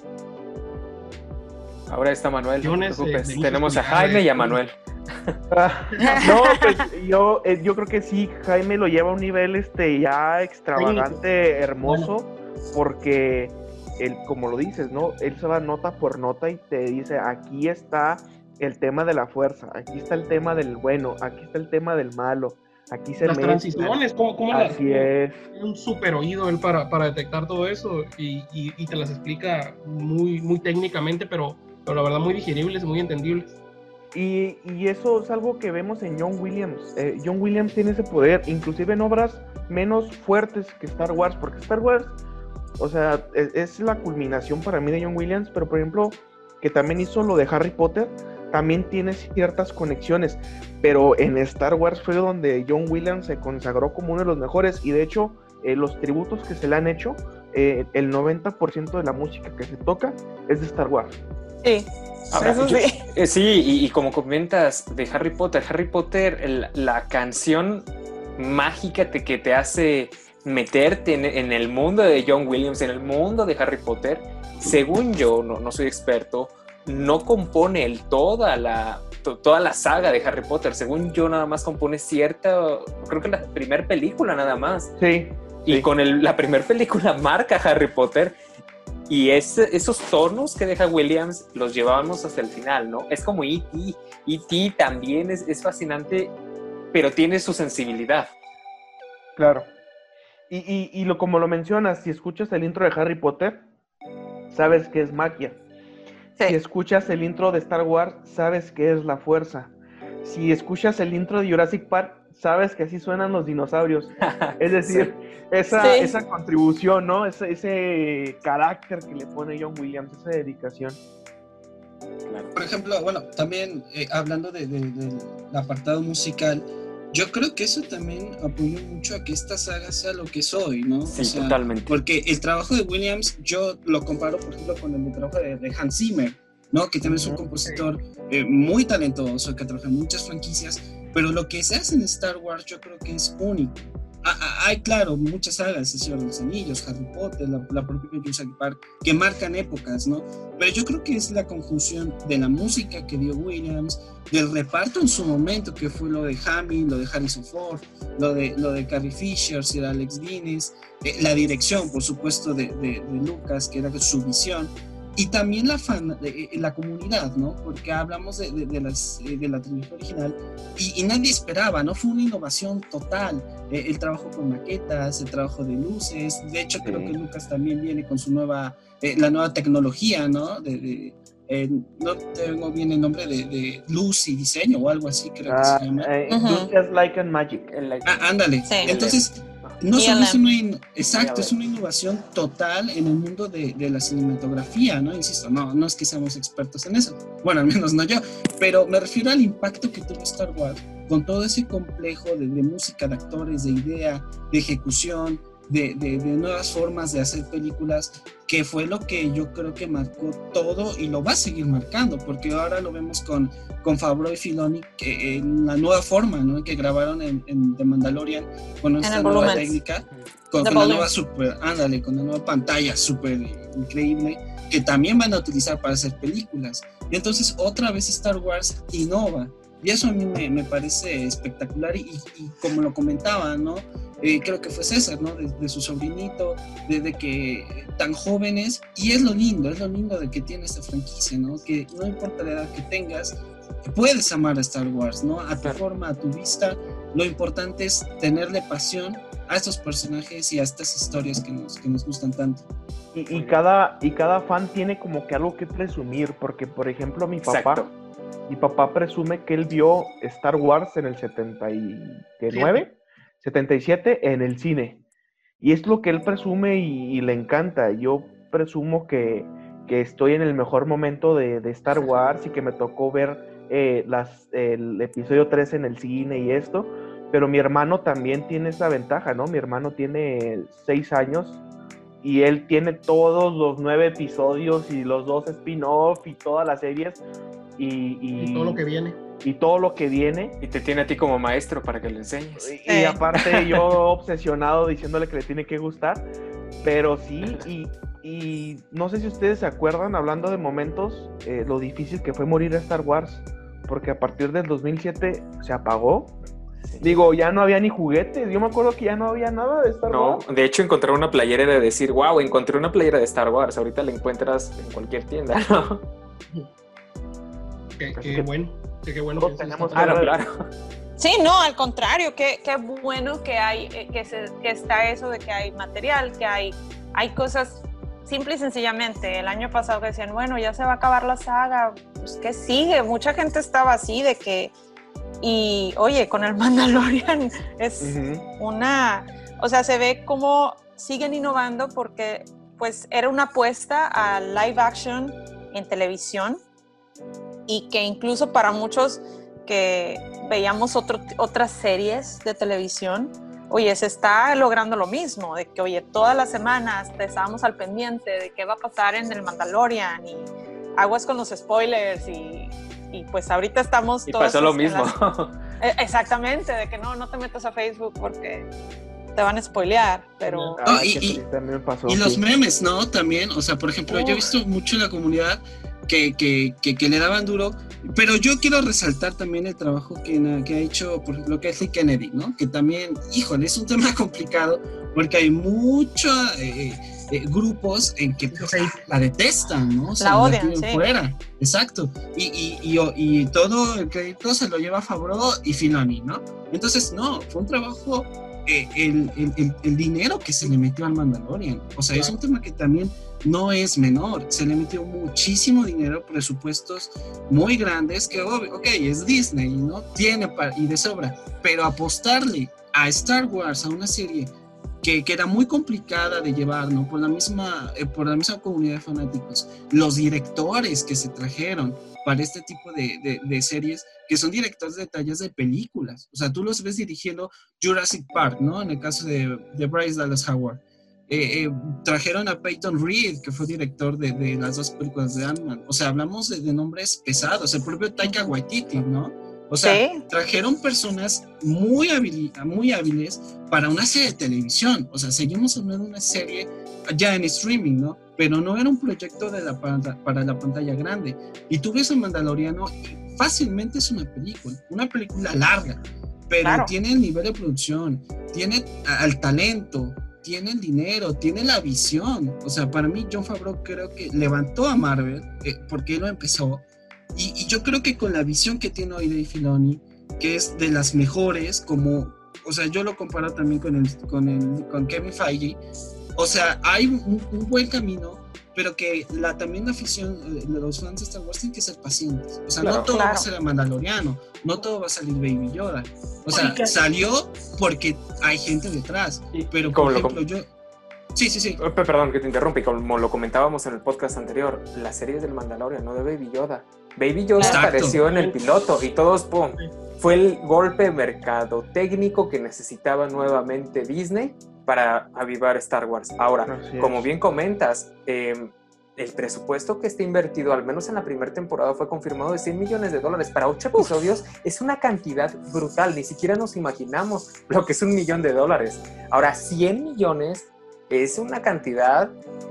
Ahora está Manuel. No te preocupes. Tenemos a Jaime y a Manuel. No, pues yo, eh, yo creo que sí, Jaime lo lleva a un nivel este, ya extravagante, sí. hermoso, bueno. porque él, como lo dices, ¿no? Él se va nota por nota y te dice, aquí está el tema de la fuerza, aquí está el tema del bueno, aquí está el tema del malo, aquí se las mezcla. Transiciones, ¿cómo, cómo Así la, es. Un súper oído él para, para detectar todo eso y, y, y te las explica muy, muy técnicamente, pero, pero la verdad muy digeribles, muy entendibles. Y, y eso es algo que vemos en John Williams. Eh, John Williams tiene ese poder, inclusive en obras menos fuertes que Star Wars, porque Star Wars, o sea, es, es la culminación para mí de John Williams, pero por ejemplo, que también hizo lo de Harry Potter, también tiene ciertas conexiones, pero en Star Wars fue donde John Williams se consagró como uno de los mejores, y de hecho, eh, los tributos que se le han hecho, eh, el noventa por ciento de la música que se toca es de Star Wars. Sí. Ahora, Eso sí, yo, eh, sí y, y como comentas de Harry Potter, Harry Potter, el, la canción mágica te, que te hace meterte en, en el mundo de John Williams, en el mundo de Harry Potter. Según yo, no, no soy experto, no compone el, toda, la, to, toda la saga de Harry Potter. Según yo, nada más compone cierta, creo que la primera película nada más. Sí. Y sí. con el, la primera película marca Harry Potter. Y ese, esos tonos que deja Williams los llevábamos hasta el final, ¿no? Es como E T E T también es, es fascinante, pero tiene su sensibilidad. Claro. Y, y, y lo, como lo mencionas, si escuchas el intro de Harry Potter, sabes que es magia. Sí. Si escuchas el intro de Star Wars, sabes que es la fuerza. Si escuchas el intro de Jurassic Park, sabes que así suenan los dinosaurios. Es decir, sí. esa, sí. esa contribución, ¿no? Ese, ese carácter que le pone John Williams, esa dedicación. Por ejemplo, bueno, también eh, hablando de, de, del apartado musical, yo creo que eso también apoyó mucho a que esta saga sea lo que es hoy, ¿no? Sí, o sea, totalmente. Porque el trabajo de Williams, yo lo comparo, por ejemplo, con el trabajo de, de Hans Zimmer, ¿no? Que también es un compositor eh, muy talentoso, que trabaja en muchas franquicias, pero lo que se hace en Star Wars yo creo que es único. Hay, claro, muchas sagas, El Señor de los Anillos, Harry Potter, la, la propia Jurassic Park, que marcan épocas, ¿no? Pero yo creo que es la conjunción de la música que dio Williams, del reparto en su momento, que fue lo de Hamill, lo de Harrison Ford, lo de, lo de Carrie Fisher, Sir Alex Guinness, eh, la dirección, por supuesto, de, de, de Lucas, que era su visión, y también la, fan, de, la comunidad, ¿no? Porque hablamos de, de, de, las, de la trilogía original y, y nadie esperaba, ¿no? Fue una innovación total. Eh, el trabajo con maquetas, el trabajo de luces. De hecho, creo sí. que Lucas también viene con su nueva, eh, la nueva tecnología, ¿no? De, de, eh, no tengo bien el nombre de, de luz y diseño o algo así, creo uh, que se llama. Uh, uh-huh. Just like and magic. Ah, ándale. Sí. Entonces... No solo es una, in- exacto, es una innovación total en el mundo de, de la cinematografía, ¿no? Insisto, no, no es que seamos expertos en eso, bueno, al menos no yo, pero me refiero al impacto que tuvo Star Wars con todo ese complejo de, de música, de actores, de idea, de ejecución, de, de, de nuevas formas de hacer películas, que fue lo que yo creo que marcó todo y lo va a seguir marcando, porque ahora lo vemos con, con Favreau y Filoni, que en la nueva forma, ¿no? Que grabaron en, en The Mandalorian con esta nueva volumen. técnica, con, con la nueva super, ándale, con la nueva pantalla súper increíble, que también van a utilizar para hacer películas. Y entonces otra vez Star Wars innova. Y eso a mí me, me parece espectacular y, y como lo comentaba, ¿no? Eh, creo que fue César, ¿no? De, de su sobrinito, desde que tan jóvenes, y es lo lindo, es lo lindo de que tiene esta franquicia, ¿no? Que no importa la edad que tengas, puedes amar a Star Wars, ¿no? A tu forma, a tu vista, lo importante es tenerle pasión a estos personajes y a estas historias que nos, que nos gustan tanto. Y, y, cada, y cada fan tiene como que algo que presumir, porque por ejemplo mi papá... Exacto. Mi papá presume que él vio Star Wars en el setenta y nueve, setenta y siete en el cine. Y es lo que él presume y, y le encanta. Yo presumo que, que estoy en el mejor momento de, de Star Wars y que me tocó ver eh, las, el episodio tres en el cine y esto. Pero mi hermano también tiene esa ventaja, ¿no? Mi hermano tiene seis años y él tiene todos los nueve episodios y los dos spin-off y todas las series. Y, y, y todo lo que viene. Y todo lo que viene. Y te tiene a ti como maestro para que le enseñes. Y, y aparte yo obsesionado diciéndole que le tiene que gustar. Pero sí, y, y no sé si ustedes se acuerdan, hablando de momentos, eh, lo difícil que fue morir a Star Wars. Porque a partir del dos mil siete se apagó. Sí. Digo, ya no había ni juguetes. Yo me acuerdo que ya no había nada de Star no, Wars. De hecho, encontrar una playera de decir, wow, encontré una playera de Star Wars. Ahorita la encuentras en cualquier tienda, ¿no? Qué, qué bueno, qué, qué bueno que tenemos claro, claro. Sí, no, al contrario, qué, qué bueno que hay, que, se, que está eso de que hay material, que hay, hay cosas simple y sencillamente. El año pasado que decían, bueno, ya se va a acabar la saga, pues ¿qué sigue? Mucha gente estaba así de que, y oye, con el Mandalorian es uh-huh. una, o sea, se ve cómo siguen innovando porque pues era una apuesta a live action en televisión. Y que incluso para muchos que veíamos otro, otras series de televisión, oye, se está logrando lo mismo, de que, oye, todas las semanas estábamos al pendiente de qué va a pasar en el Mandalorian y aguas con los spoilers y, y pues ahorita estamos y todos... pasó lo mismo. Las... Exactamente, de que no, no te metas a Facebook porque te van a spoilear, pero... No, y, y, también pasó, y sí. Los memes, ¿no? También, o sea, por ejemplo, Uf. yo he visto mucho en la comunidad que, que, que, que le daban duro, pero yo quiero resaltar también el trabajo que, que ha hecho, por ejemplo, Kathleen Kennedy, ¿no? Que también, híjole, es un tema complicado, porque hay muchos eh, eh, grupos en que pues, la detestan, ¿no? O sea, la odian, la sí. fuera, exacto, y, y, y, y todo el crédito se lo lleva Favreau y Filoni, ¿no? Entonces, no, fue un trabajo... Eh, el, el, el dinero que se le metió al Mandalorian, o sea, claro. Es un tema que también no es menor, se le metió muchísimo dinero, presupuestos muy grandes, que obvio, ok, es Disney, ¿no? Tiene para, y de sobra, pero apostarle a Star Wars, a una serie que, que era muy complicada de llevar, ¿no? Por la misma, eh, por la misma comunidad de fanáticos, los directores que se trajeron para este tipo de, de, de series, que son directores de tallas de películas. O sea, tú los ves dirigiendo Jurassic Park, ¿no? En el caso de, de Bryce Dallas Howard. Eh, eh, trajeron a Peyton Reed, que fue director de, de las dos películas de Ant-Man. O sea, hablamos de, de nombres pesados. El propio Taika Waititi, ¿no? O sea, ¿sí? Trajeron personas muy, hábil, muy hábiles para una serie de televisión. O sea, seguimos hablando de una serie ya en streaming, ¿no? Pero no era un proyecto de la, para, para la pantalla grande. Y tú ves a Mandaloriano y fácilmente es una película, una película larga, pero claro. Tiene el nivel de producción, tiene el talento, tiene el dinero, tiene la visión. O sea, para mí Jon Favreau creo que levantó a Marvel, eh, porque él lo empezó, y, y yo creo que con la visión que tiene hoy Dave Filoni, que es de las mejores, como, o sea, yo lo comparo también con, el, con, el, con Kevin Feige. O sea, hay un, un buen camino, pero que la, también la afición de los fans de Star Wars tienen que ser pacientes. O sea, claro, no todo claro. va a ser el Mandaloriano, no todo va a salir Baby Yoda. O sea, Oiga. salió porque hay gente detrás. Y, pero, por ejemplo, com- yo... Sí, sí, sí. Perdón que te interrumpa, y como lo comentábamos en el podcast anterior, la serie del Mandalorian, no de Baby Yoda. Baby Yoda Exacto. apareció en el piloto y todos, ¡pum! Fue el golpe mercadotécnico que necesitaba nuevamente Disney para avivar Star Wars. Ahora, como bien comentas, eh, el presupuesto que está invertido, al menos en la primera temporada, fue confirmado de cien millones de dólares. Para ocho episodios es una cantidad brutal. Ni siquiera nos imaginamos lo que es un millón de dólares. Ahora, cien millones es una cantidad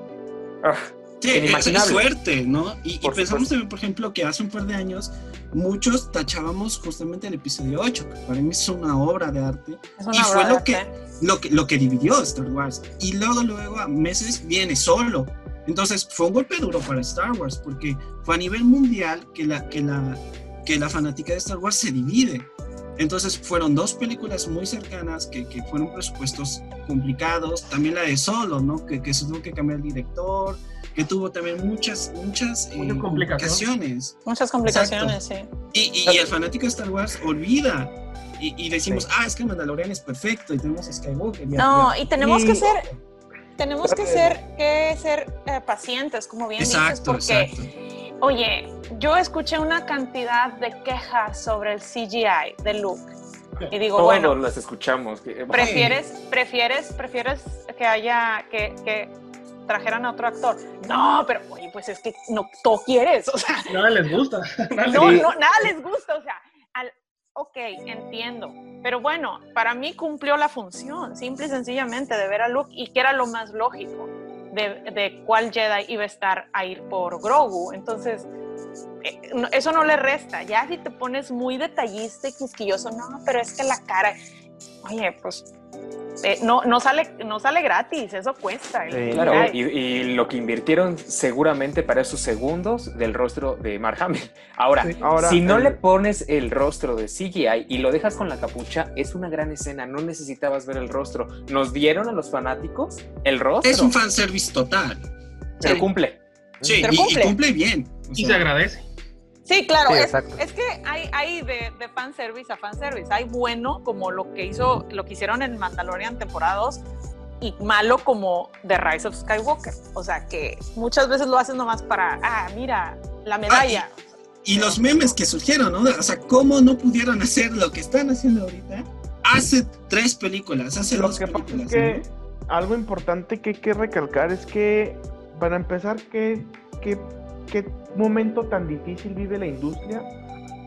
uh, sí, inimaginable. Es fuerte, ¿no? Y, y pensamos también, por ejemplo, que hace un par de años muchos tachábamos justamente el episodio ocho, que para mí es una obra de arte. Y fue lo que, lo, que, lo que dividió Star Wars. Y luego, luego, a meses viene solo. Entonces, fue un golpe duro para Star Wars, porque fue a nivel mundial que la, que la, que la fanática de Star Wars se divide. Entonces, fueron dos películas muy cercanas que, que fueron presupuestos complicados. También la de Solo, ¿no? Que, que se tuvo que cambiar el director, que tuvo también muchas, muchas eh, complicaciones. Muchas complicaciones, Exacto. sí. Y, y, y el fanático de Star Wars olvida. Y, y decimos, sí. ah, es que el Mandalorian es perfecto y tenemos a Skywalker. No, ya, y tenemos y... que ser, tenemos que ser, que ser eh, pacientes, como bien exacto, dices, porque, exacto. oye, yo escuché una cantidad de quejas sobre el C G I de Luke. Y digo, Todos bueno, las escuchamos. ¿prefieres, prefieres, prefieres que haya, que, que trajeran a otro actor? No, pero oye, pues es que no, tú quieres, o sea. Nada les gusta. Nada no, les... no, nada les gusta, o sea, al, ok, entiendo, pero bueno, para mí cumplió la función, simple y sencillamente, de ver a Luke, y que era lo más lógico, de, de cuál Jedi iba a estar a ir por Grogu. Entonces, eh, no, eso no le resta. Ya si te pones muy detallista y quisquilloso, no, pero es que la cara, oye, pues eh, no, no, sale, no sale gratis, eso cuesta. Sí, claro, y, y lo que invirtieron seguramente para esos segundos del rostro de Mark Hamill. Ahora, sí, ahora si no el... le pones el rostro de C G I y lo dejas con la capucha, es una gran escena, no necesitabas ver el rostro. Nos dieron a los fanáticos el rostro. Es un fanservice total. Pero sí. cumple. Sí, Pero y, cumple. y cumple bien. O sea, y se agradece. Sí, claro, sí, es, es que hay, hay de, de fanservice a fanservice. Hay bueno como lo que hizo, lo que hicieron en Mandalorian temporada dos, y malo como The Rise of Skywalker. O sea que muchas veces lo haces nomás para, ah, mira, la medalla. Ah, y, y los memes que surgieron, ¿no? O sea, ¿cómo no pudieron hacer lo que están haciendo ahorita? Hace tres películas, hace lo dos que películas. Es que ¿no? Algo importante que hay que recalcar es que, para empezar, que, que, que momento tan difícil vive la industria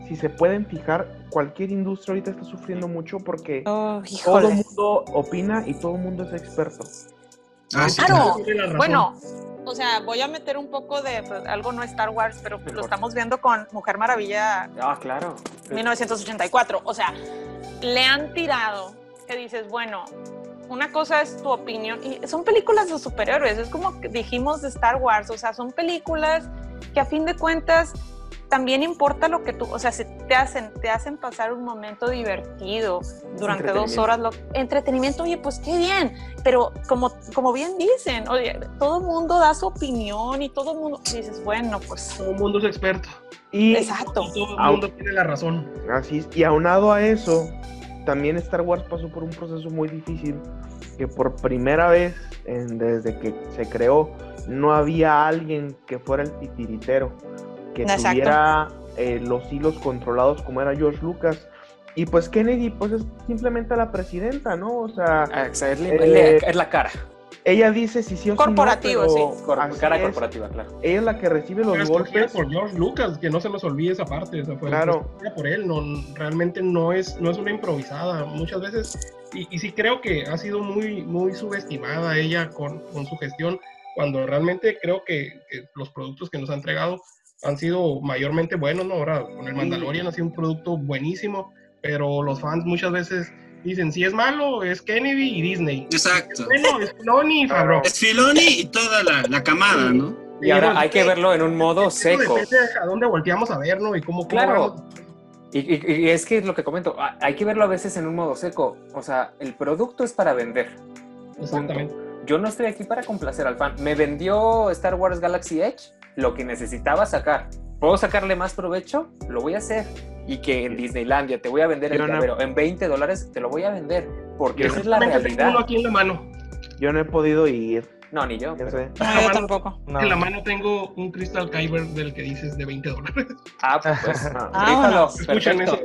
si se pueden fijar, cualquier industria ahorita está sufriendo mucho porque oh, todo el mundo opina y todo el mundo es experto. Ah, sí, claro. Bueno, o sea, voy a meter un poco de pues, algo no Star Wars, pero lo estamos viendo con Mujer Maravilla. Ah, claro. mil novecientos ochenta y cuatro. O sea, le han tirado que dices, bueno, una cosa es tu opinión y son películas de superhéroes, es como que dijimos de Star Wars, o sea, son películas que a fin de cuentas también importa lo que tú, o sea, se te hacen, te hacen pasar un momento divertido durante dos horas, lo, entretenimiento, oye, pues qué bien, pero como, como bien dicen, oye, todo el mundo da su opinión y todo el mundo, dices, bueno, pues... Todo el mundo es experto. Y, Exacto. Y todo el mundo a, tiene la razón. Así es, y aunado a eso, también Star Wars pasó por un proceso muy difícil, que por primera vez, en, desde que se creó, no había alguien que fuera el titiritero, que Exacto. tuviera eh, los hilos controlados como era George Lucas. Y pues Kennedy pues es simplemente la presidenta, ¿no? O sea, ah, es, eh, es la cara. Ella dice si sí o corporativo, si no, sí. Cor cara es. corporativa, claro. Ella es la que recibe los pero golpes. por George Lucas, que no se nos olvide esa parte. O sea, fue claro. por él, no, realmente no es, no es una improvisada. Muchas veces, y, y sí creo que ha sido muy, muy subestimada ella con, con su gestión, cuando realmente creo que, que los productos que nos ha entregado han sido mayormente buenos, ¿no? Ahora con el Mandalorian ha sido un producto buenísimo, pero los fans muchas veces dicen, si es malo, es Kennedy y Disney. Exacto. Si es bueno, es Filoni y Favreau. Es Filoni y toda la, la camada, sí. ¿no? Y ahora hay que verlo en un modo seco. Depende a dónde volteamos a ver, ¿no? Y cómo... Claro. Cómo y, y, y es que es lo que comento, hay que verlo a veces en un modo seco. O sea, el producto es para vender. Exactamente. Punto. Yo no estoy aquí para complacer al fan. Me vendió Star Wars Galaxy Edge lo que necesitaba sacar. ¿Puedo sacarle más provecho? Lo voy a hacer. Y que en Disneylandia te voy a vender el llavero no. en veinte dólares, te lo voy a vender. Porque esa es la realidad. Uno aquí en la mano. Yo no he podido ir. No, ni yo. Pero... No, yo tampoco. No. En la mano tengo un Crystal Kyber del que dices de veinte dólares. Ah, pues. Ah, escuchen eso.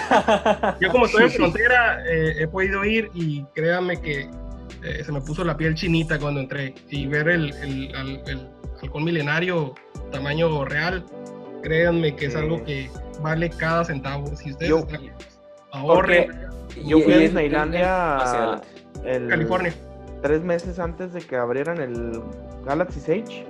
Yo como estoy en frontera, eh, he podido ir y créanme que eh, se me puso la piel chinita cuando entré. Y ver el, el, el, el halcón milenario tamaño real, créanme que es algo que vale cada centavo. Si ustedes yo, están ahorren. Yo fui a Disneylandia, el, California, tres meses antes de que abrieran el Galaxy Edge,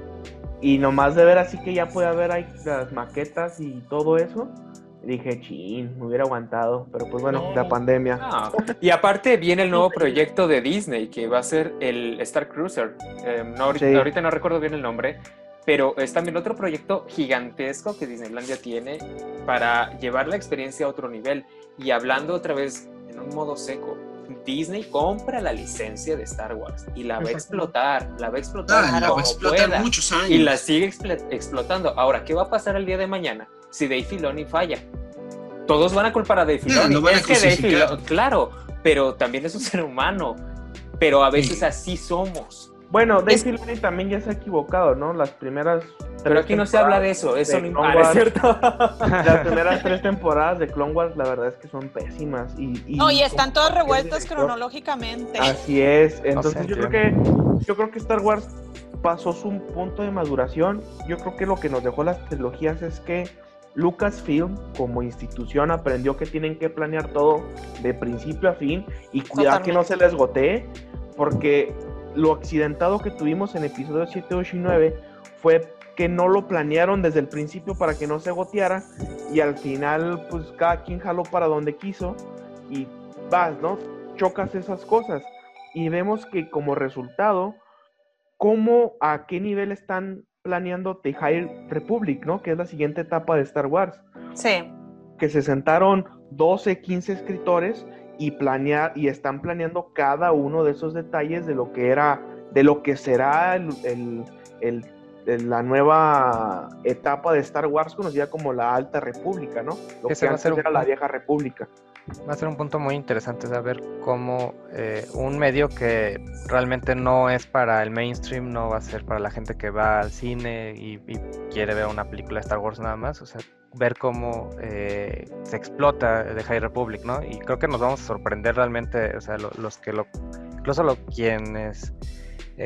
y nomás de ver así que ya puede haber ahí las maquetas y todo eso, dije, chin, me hubiera aguantado, pero pues bueno, no. la pandemia. No. Y aparte viene el nuevo proyecto de Disney, que va a ser el Star Cruiser. Eh, no, ahorita, sí. ahorita no recuerdo bien el nombre, pero es también otro proyecto gigantesco que Disneylandia tiene para llevar la experiencia a otro nivel. Y hablando otra vez en un modo seco, Disney compra la licencia de Star Wars y la va a explotar, la va a explotar, ah, la va a explotar pueda, muchos años. Y la sigue expl- explotando. Ahora, ¿qué va a pasar el día de mañana si Dave Filoni falla? Todos van a culpar a Dave Filoni. No, no van es a que Dave Filoni, claro, pero también es un ser humano. Pero a veces sí. así somos. Bueno, Dave es... Filoni también ya se ha equivocado, ¿no? Las primeras... Pero aquí no se habla de eso, eso no importa, ¿es cierto? Las primeras tres temporadas de Clone Wars, la verdad es que son pésimas. Y, y no, y están todas revueltas cronológicamente. Así es, entonces yo creo que yo creo que Star Wars pasó su punto de maduración. Yo creo que lo que nos dejó las trilogías es que Lucasfilm como institución aprendió que tienen que planear todo de principio a fin y cuidar Totalmente. que no se les gotee, porque lo accidentado que tuvimos en episodios siete, ocho y nueve fue que no lo planearon desde el principio para que no se goteara y al final pues cada quien jaló para donde quiso y vas, ¿no? Chocas esas cosas y vemos que como resultado cómo, a qué nivel están planeando The High Republic, ¿no? Que es la siguiente etapa de Star Wars. Sí. Que se sentaron doce, quince escritores y planear y están planeando cada uno de esos detalles de lo que era, de lo que será el, el, el la nueva etapa de Star Wars conocida como la Alta República, ¿no? Lo que antes era la Vieja República. Va a ser un punto muy interesante saber cómo eh, un medio que realmente no es para el mainstream, no va a ser para la gente que va al cine y, y quiere ver una película de Star Wars nada más, o sea, ver cómo eh, se explota The High Republic, ¿no? Y creo que nos vamos a sorprender realmente, o sea, lo, los que lo, incluso los quienes... Eh,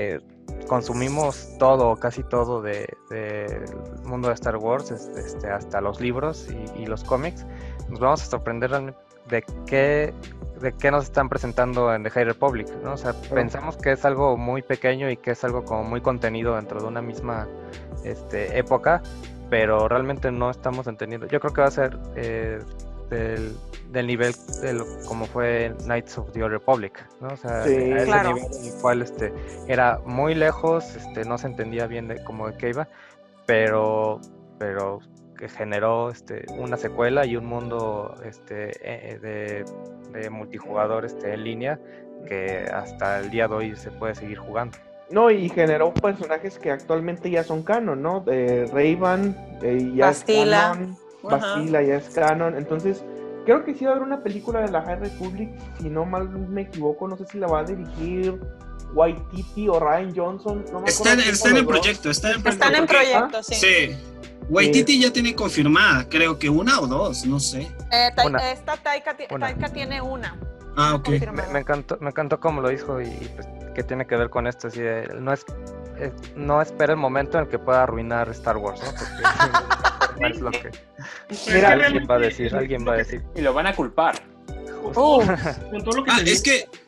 consumimos todo, casi todo del de, de mundo de Star Wars, este, hasta los libros y, y los cómics, nos vamos a sorprender realmente de qué, de qué nos están presentando en The High Republic, ¿no? O sea, oh. pensamos que es algo muy pequeño y que es algo como muy contenido dentro de una misma este, época, pero realmente no estamos entendiendo. Yo creo que va a ser eh, del, del nivel de lo, como fue Knights of the Old Republic, ¿no? O sea, sí, a ese claro. nivel en el cual este, era muy lejos, este, no se entendía bien de cómo de qué iba, pero, pero que generó este, una secuela y un mundo este, de, de multijugador este, en línea que hasta el día de hoy se puede seguir jugando. No, y generó personajes que actualmente ya son canon, ¿no? De Ray-Ban, eh, ya Bastila. es canon, Bastila ya es canon, entonces creo que sí va a haber una película de la High Republic, si no mal me equivoco, no sé si la va a dirigir Waititi o Ryan Johnson. No me están están en proyecto, están en proyecto. Están en proyecto, ¿Ah? sí. Sí. Waititi sí. ya tiene confirmada, creo que una o dos, no sé. Eh, ta una. Esta Taika, Taika tiene una. Ah, ok. Me, me encantó, me encantó cómo lo dijo y pues qué tiene que ver con esto. Así de, no es, eh, no espera el momento en el que pueda arruinar Star Wars, ¿no? Porque es lo que Mira, alguien va a decir, alguien va a decir. Y lo van a culpar. Uh, con todo lo que ah, te es digo, que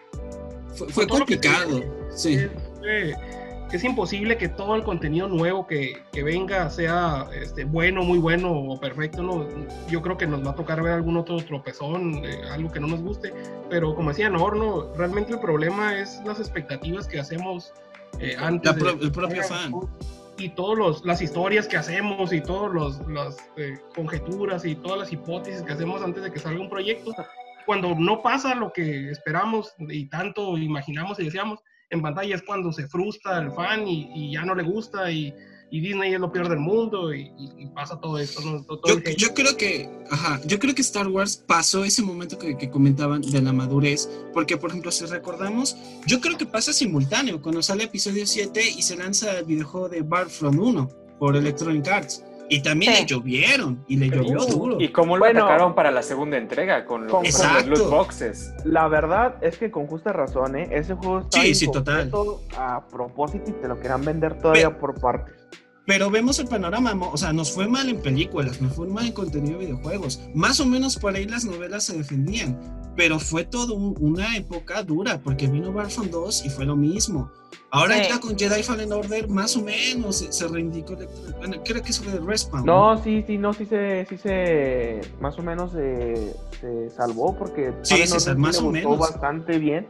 fue, fue complicado, sí. Es, eh, es imposible que todo el contenido nuevo que, que venga sea este, bueno, muy bueno o perfecto, ¿no? Yo creo que nos va a tocar ver algún otro tropezón, eh, algo que no nos guste, pero como decía Norno, realmente el problema es las expectativas que hacemos eh, antes. La pro, de, el propio fan. Y todas las historias que hacemos y todas las eh, conjeturas y todas las hipótesis que hacemos antes de que salga un proyecto, cuando no pasa lo que esperamos y tanto imaginamos y deseamos, en pantalla es cuando se frustra el fan y, y ya no le gusta y, y Disney es lo peor del mundo y, y, y pasa todo esto, ¿no? todo yo, yo creo que ajá, yo creo que Star Wars pasó ese momento que, que comentaban de la madurez, porque por ejemplo si recordamos, yo creo que pasa simultáneo cuando sale episodio siete y se lanza el videojuego de Battlefront uno por Electronic Arts. Y también sí. le llovieron, y le llovió uh, duro. ¿Y cómo lo bueno, atacaron para la segunda entrega? Con, lo, con, con los loot boxes. La verdad es que con justa razón, ¿eh? Ese juego está sí, sí, total. a propósito y te lo quieran vender todavía Pero, por partes. Pero vemos el panorama, o sea, nos fue mal en películas, nos fue mal en contenido de videojuegos. Más o menos por ahí las novelas se defendían. Pero fue todo un, una época dura, porque vino Battlefront dos y fue lo mismo. Ahora sí. ya con Jedi Fallen Order más o menos se, se reindicó, bueno, creo que eso fue de Respawn. No, ¿no? sí, sí, no, sí se, sí se, más o menos se, se salvó porque sí, se salvó más o menos bastante bien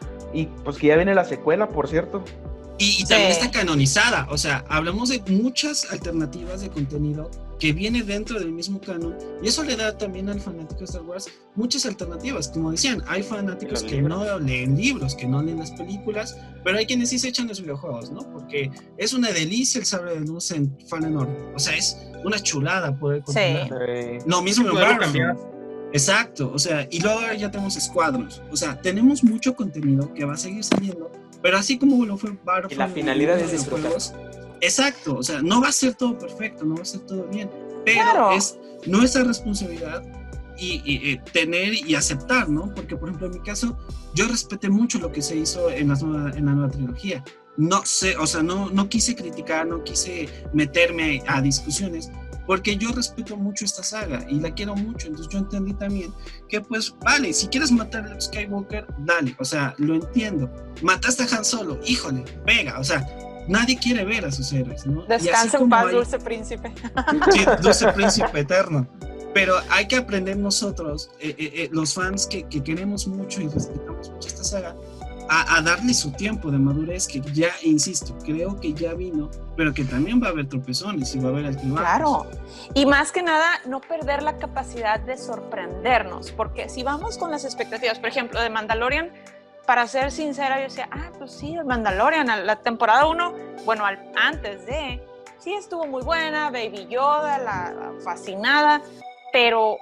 y pues que ya viene la secuela, por cierto. Y, y también sí. está canonizada, o sea, hablamos de muchas alternativas de contenido que viene dentro del mismo canon y eso le da también al fanático de Star Wars muchas alternativas. Como decían, hay fanáticos que libros. no leen libros, que no leen las películas, pero hay quienes sí se echan los videojuegos, ¿no? Porque es una delicia el sable de luz en Fallen Order, o sea, es una chulada poder controlar. Sí. Lo mismo en Battlefront. Exacto, o sea, y luego ya tenemos Squadrons, o sea, tenemos mucho contenido que va a seguir saliendo, pero así como lo fue Battlefront. Y la finalidad es disfrutar. Exacto, o sea, no va a ser todo perfecto, no va a ser todo bien, pero claro. es nuestra responsabilidad y, y, y tener y aceptar, ¿no? Porque, por ejemplo, en mi caso, yo respeté mucho lo que se hizo en la nueva, en la nueva trilogía. No sé, o sea, no, no quise criticar, no quise meterme a discusiones, porque yo respeto mucho esta saga y la quiero mucho, entonces yo entendí también que pues vale, si quieres matar a Luke Skywalker, dale, o sea, lo entiendo. Mataste a Han Solo, híjole, pega, o sea, nadie quiere ver a sus héroes, ¿no? Descansa en paz, hay... Dulce Príncipe. Sí, Dulce Príncipe eterno. Pero hay que aprender nosotros, eh, eh, eh, los fans que, que queremos mucho y respetamos mucho esta saga, A, a darle su tiempo de madurez, que ya, insisto, creo que ya vino, pero que también va a haber tropezones y va a haber altibajos. Claro, y más que nada, no perder la capacidad de sorprendernos, porque si vamos con las expectativas, por ejemplo, de Mandalorian, para ser sincera, yo decía, ah, pues sí, el Mandalorian, la temporada uno, bueno, al, antes de, sí estuvo muy buena, Baby Yoda, la, la fascinada, pero...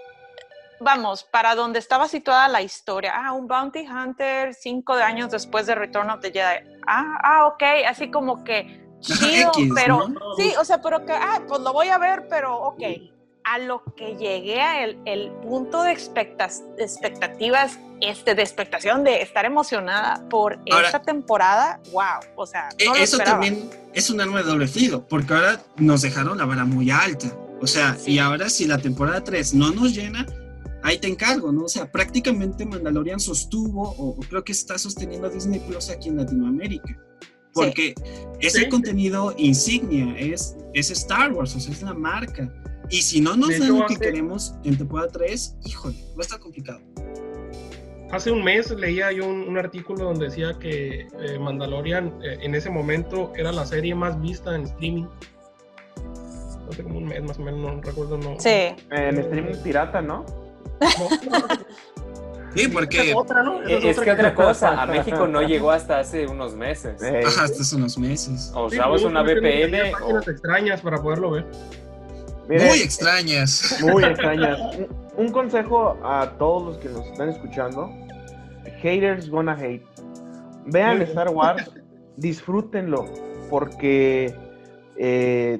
Vamos, para donde estaba situada la historia. Ah, un Bounty Hunter cinco de años después de Return of the Jedi. Ah, ah, ok, así como que chido, X, pero... ¿no? Sí, o sea, pero que, ah, pues lo voy a ver, pero ok. a lo que llegué a el, el punto de expectas, expectativas, este, de expectación, de estar emocionada por ahora, esta temporada, wow, o sea, no eso lo también es un arma de doble filo, porque ahora nos dejaron la vara muy alta, o sea, sí. Y ahora si la temporada tres no nos llena, ahí te encargo, ¿no? O sea, prácticamente Mandalorian sostuvo, o, o creo que está sosteniendo Disney Plus aquí en Latinoamérica, porque sí. es el sí. contenido insignia, es, es Star Wars, o sea, es la marca. Y si no nos dan lo que hace, queremos en temporada tres, híjole, va a estar complicado. Hace un mes leía yo un, un artículo donde decía que eh, Mandalorian eh, en ese momento era la serie más vista en streaming. Hace como un mes más o menos, no recuerdo. No, sí. Eh, en streaming pirata, ¿no? Sí, porque... Es, otra, ¿no? es, es otra que otra cosa, a México no llegó hasta hace unos meses. Eh. Ajá, hasta hace unos meses. O usabas sí, una V P N. Páginas o... extrañas para poderlo ver. Miren, muy extrañas. Muy extrañas. Un, un consejo a todos los que nos están escuchando. Haters gonna hate. Vean Star Wars, disfrútenlo, porque eh,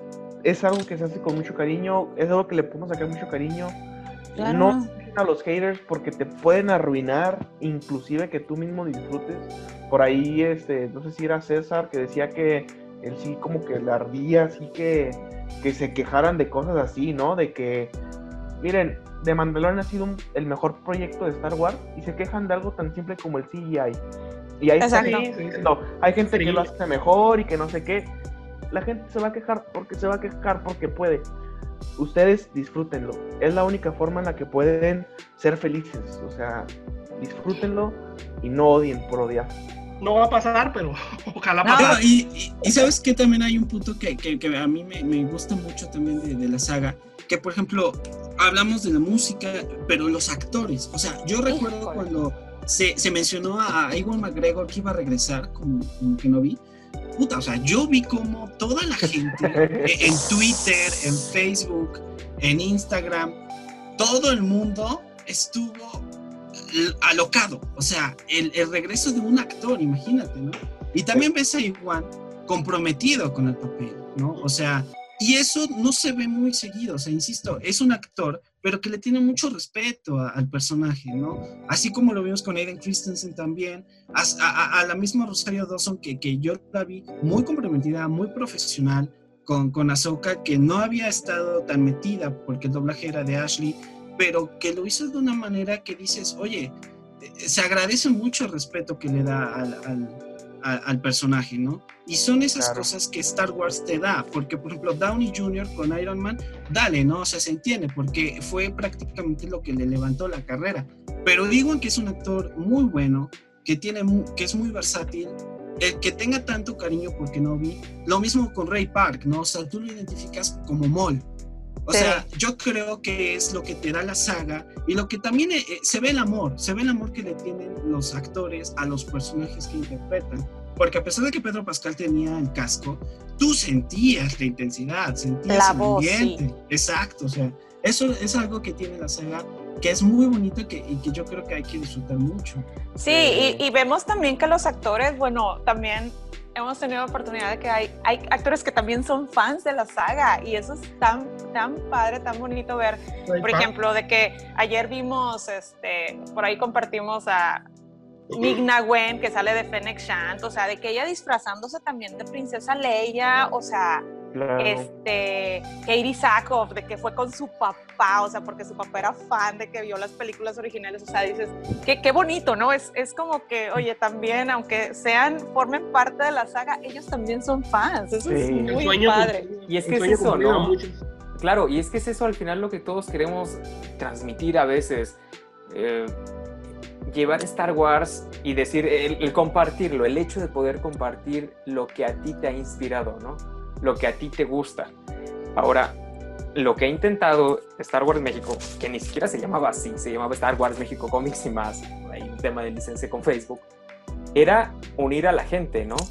es algo que se hace con mucho cariño, es algo que le podemos sacar mucho cariño. Claro. No a los haters porque te pueden arruinar, inclusive que tú mismo disfrutes. Por ahí, este, no sé si era César que decía que él sí como que le ardía, así que que se quejaran de cosas así, ¿no? De que, miren, The Mandalorian ha sido un, el mejor proyecto de Star Wars y se quejan de algo tan simple como el C G I. Y ahí está, sí, sí, sí. No, hay gente sí. que lo hace mejor y que no sé qué. La gente se va a quejar porque se va a quejar porque puede. Ustedes disfrútenlo. Es la única forma en la que pueden ser felices. O sea, disfrútenlo y no odien por odiar. No va a pasar, pero ojalá no, pase. Y, y, y sabes que también hay un punto que, que, que a mí me, me gusta mucho también de, de la saga, que por ejemplo, hablamos de la música, pero los actores, o sea, yo recuerdo Híjole. cuando se, se mencionó a Ewan McGregor que iba a regresar, como, como que no vi, puta, o sea, yo vi como toda la gente en Twitter, en Facebook, en Instagram, todo el mundo estuvo alocado, o sea, el, el regreso de un actor, imagínate, ¿no? Y también ves a Iwan comprometido con el papel, ¿no? O sea, y eso no se ve muy seguido, o sea, insisto, es un actor, pero que le tiene mucho respeto a, al personaje, ¿no? Así como lo vimos con Hayden Christensen también, a, a, a la misma Rosario Dawson, que, que yo la vi muy comprometida, muy profesional con, con Ahsoka, que no había estado tan metida, porque el doblaje era de Ashley, pero que lo hizo de una manera que dices, oye, se agradece mucho el respeto que le da al, al, al, al personaje, ¿no? Y son esas claro. cosas que Star Wars te da, porque por ejemplo Downey junior con Iron Man, dale, ¿no? O sea, se entiende, porque fue prácticamente lo que le levantó la carrera. Pero digo que es un actor muy bueno, que, tiene, que es muy versátil, el que tenga tanto cariño por Kenobi, lo mismo con Ray Park, ¿no? O sea, tú lo identificas como Maul. O sí. sea, yo creo que es lo que te da la saga y lo que también eh, se ve el amor, se ve el amor que le tienen los actores a los personajes que interpretan. Porque a pesar de que Pedro Pascal tenía el casco, tú sentías la intensidad, sentías la el voz, ambiente. Sí. Exacto, o sea, eso es algo que tiene la saga que es muy bonito y que, y que yo creo que hay que disfrutar mucho. Sí, eh, y, y vemos también que los actores, bueno, también hemos tenido la oportunidad de que hay, hay actores que también son fans de la saga y eso es tan, tan padre, tan bonito ver. Por ejemplo, de que ayer vimos, este, por ahí compartimos a Ming-Na Wen, que sale de Fennec Shand, o sea, de que ella disfrazándose también de Princesa Leia, o sea, claro. este, Katie Sackhoff, de que fue con su papá, o sea, porque su papá era fan de que vio las películas originales, o sea, dices, qué, qué bonito, ¿no? Es, es como que, oye, también, aunque sean, formen parte de la saga, ellos también son fans, eso sí. es muy sueño, padre. Y es que es eso, ¿no? Claro, y es que es eso al final lo que todos queremos transmitir a veces, eh, llevar Star Wars y decir, el, el compartirlo, el hecho de poder compartir lo que a ti te ha inspirado, ¿no? Lo que a ti te gusta. Ahora, lo que ha intentado Star Wars México, que ni siquiera se llamaba así, se llamaba Star Wars México Comics y más, hay un tema de licencia con Facebook, era unir a la gente, ¿no?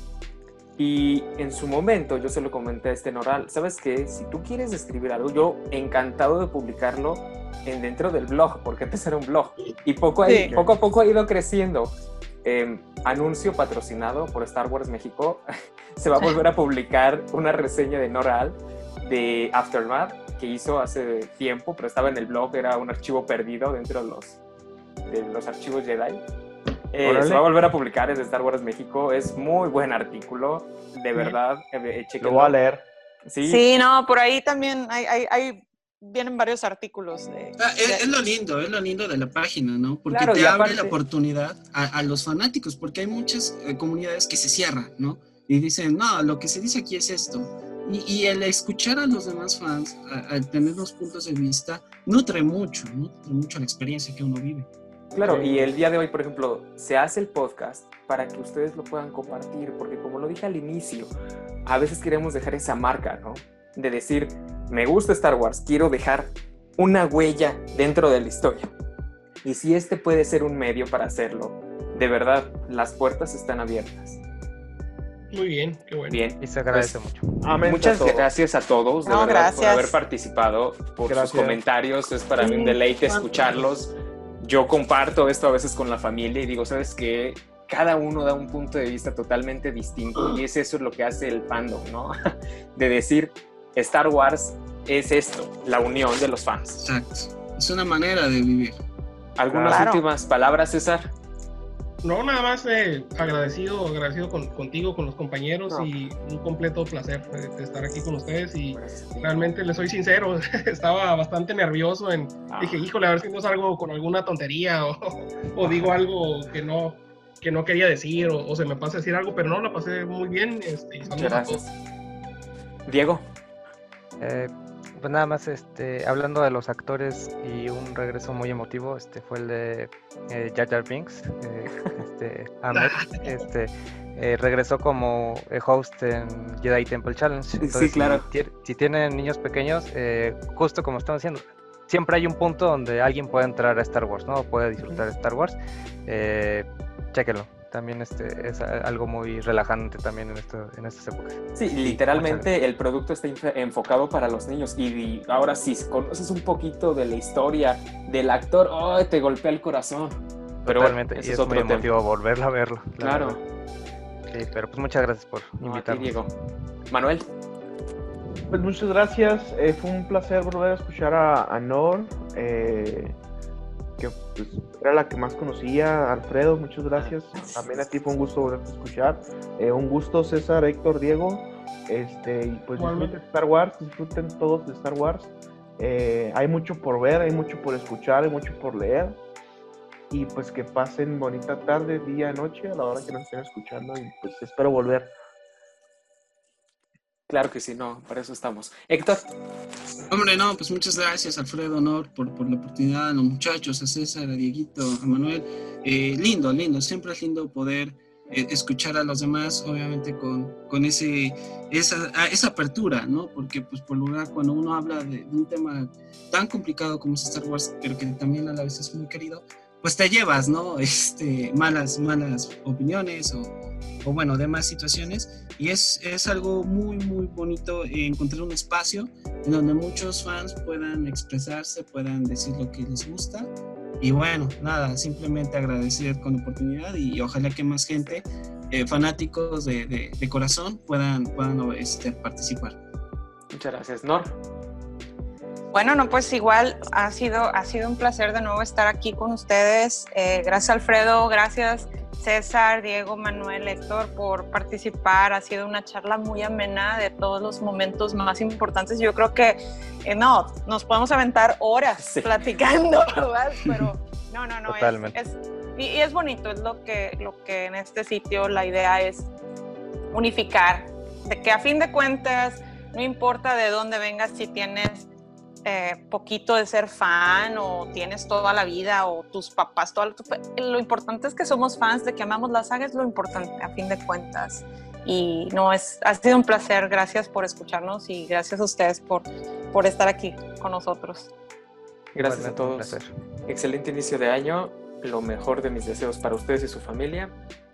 Y en su momento yo se lo comenté a este Noral, ¿sabes qué? Si tú quieres escribir algo, yo encantado de publicarlo en dentro del blog, porque antes era un blog, y poco, ahí, sí. poco a poco ha ido creciendo. Eh, anuncio patrocinado por Star Wars México, se va a volver a publicar una reseña de Noral de Aftermath que hizo hace tiempo, pero estaba en el blog, era un archivo perdido dentro de los, de los archivos Jedi. Eh, se va a volver a publicar, es de Star Wars México, es muy buen artículo, de verdad, eh, lo voy a leer. Sí, sí, no, por ahí también hay, hay, hay vienen varios artículos. De, ah, es, de... es lo lindo, es lo lindo de la página, ¿no? Porque claro, te abre aparte... la oportunidad a, a los fanáticos, porque hay muchas eh, comunidades que se cierran, ¿no? Y dicen, no, lo que se dice aquí es esto. Y, y el escuchar a los demás fans, al tener los puntos de vista, nutre mucho, nutre mucho la experiencia que uno vive. Claro, y el día de hoy, por ejemplo, se hace el podcast para que ustedes lo puedan compartir, porque como lo dije al inicio, a veces queremos dejar esa marca, ¿no? De decir, me gusta Star Wars, quiero dejar una huella dentro de la historia. Y si este puede ser un medio para hacerlo, de verdad, las puertas están abiertas. Muy bien, qué bueno. Bien. Y se agradece pues, mucho. Amén, muchas gracias a todos, de no, verdad, gracias. por haber participado, por gracias. sus comentarios. Es para mí un deleite escucharlos. Yo comparto esto a veces con la familia y digo, ¿sabes qué? Cada uno da un punto de vista totalmente distinto y es eso lo que hace el fandom, ¿no? De decir, Star Wars es esto, la unión de los fans. Exacto. Es una manera de vivir. ¿Algunas claro. últimas palabras, César? No, nada más eh, agradecido, agradecido con, contigo, con los compañeros no. y un completo placer de, de estar aquí con ustedes y realmente les soy sincero, estaba bastante nervioso en, ah. dije, híjole, a ver si no salgo con alguna tontería o, o digo algo que no, que no quería decir o, o se me pasa a decir algo, pero no, la pasé muy bien. Este, Muchas gracias. Diego. Eh, pues nada más, este, hablando de los actores y un regreso muy emotivo, este fue el de eh, Jar Jar Binks, eh, este, Ahmed, este, eh, regresó como eh, host en Jedi Temple Challenge. Entonces, sí, claro. Si, si tienen niños pequeños, eh, justo como estamos diciendo, siempre hay un punto donde alguien puede entrar a Star Wars, ¿no? Puede disfrutar de Star Wars. Eh, chéquenlo. También este, es algo muy relajante también en, esto, en estas épocas. Sí, literalmente el producto está enfocado para los niños y ahora sí, si conoces un poquito de la historia del actor, oh, te golpea el corazón. Pero totalmente, bueno, y es, es muy emotivo tema. volverlo a verlo. Claro. Sí, pero pues muchas gracias por invitarme. Diego. Manuel. Pues muchas gracias, eh, fue un placer volver a escuchar a, a Nor, eh, que pues, era la que más conocía. Alfredo, muchas gracias. También a ti fue un gusto volverte a escuchar. Eh, un gusto, César, Héctor, Diego. Este, y pues disfruten Star Wars, disfruten todos de Star Wars. Eh, hay mucho por ver, hay mucho por escuchar, hay mucho por leer. Y pues que pasen bonita tarde, día, noche, a la hora que nos estén escuchando. Y pues espero volver. Claro que sí, no, para eso estamos. Héctor. Hombre, no, pues muchas gracias, Alfredo, Nor, por, por la oportunidad, a los muchachos, a César, a Dieguito, a Manuel. Eh, lindo, lindo, siempre es lindo poder eh, escuchar a los demás, obviamente con, con ese, esa, esa apertura, ¿no? Porque, pues, por lugar, cuando uno habla de, de un tema tan complicado como es Star Wars, pero que también a la vez es muy querido, pues te llevas, ¿no? Este, malas, malas opiniones o, o bueno, demás situaciones. Y es, es algo muy, muy bonito encontrar un espacio en donde muchos fans puedan expresarse, puedan decir lo que les gusta. Y bueno, nada, simplemente agradecer con la oportunidad y ojalá que más gente, eh, fanáticos de, de, de corazón, puedan, puedan este, participar. Muchas gracias. Nor. Bueno, no, pues igual ha sido, ha sido un placer de nuevo estar aquí con ustedes. Eh, gracias, Alfredo, gracias, César, Diego, Manuel, Héctor, por participar. Ha sido una charla muy amena de todos los momentos más importantes. Yo creo que, eh, no, nos podemos aventar horas sí. platicando, ¿verdad? Pero no, no, no. Totalmente. Es, es, y, y es bonito, es lo que, lo que en este sitio la idea es unificar, de que a fin de cuentas, no importa de dónde vengas, si tienes Eh, poquito de ser fan o tienes toda la vida o tus papás, todo lo, lo importante es que somos fans, de que amamos la saga, es lo importante a fin de cuentas. Y no, es, ha sido un placer, gracias por escucharnos y gracias a ustedes por, por estar aquí con nosotros. Gracias a todos. Excelente inicio de año, lo mejor de mis deseos para ustedes y su familia.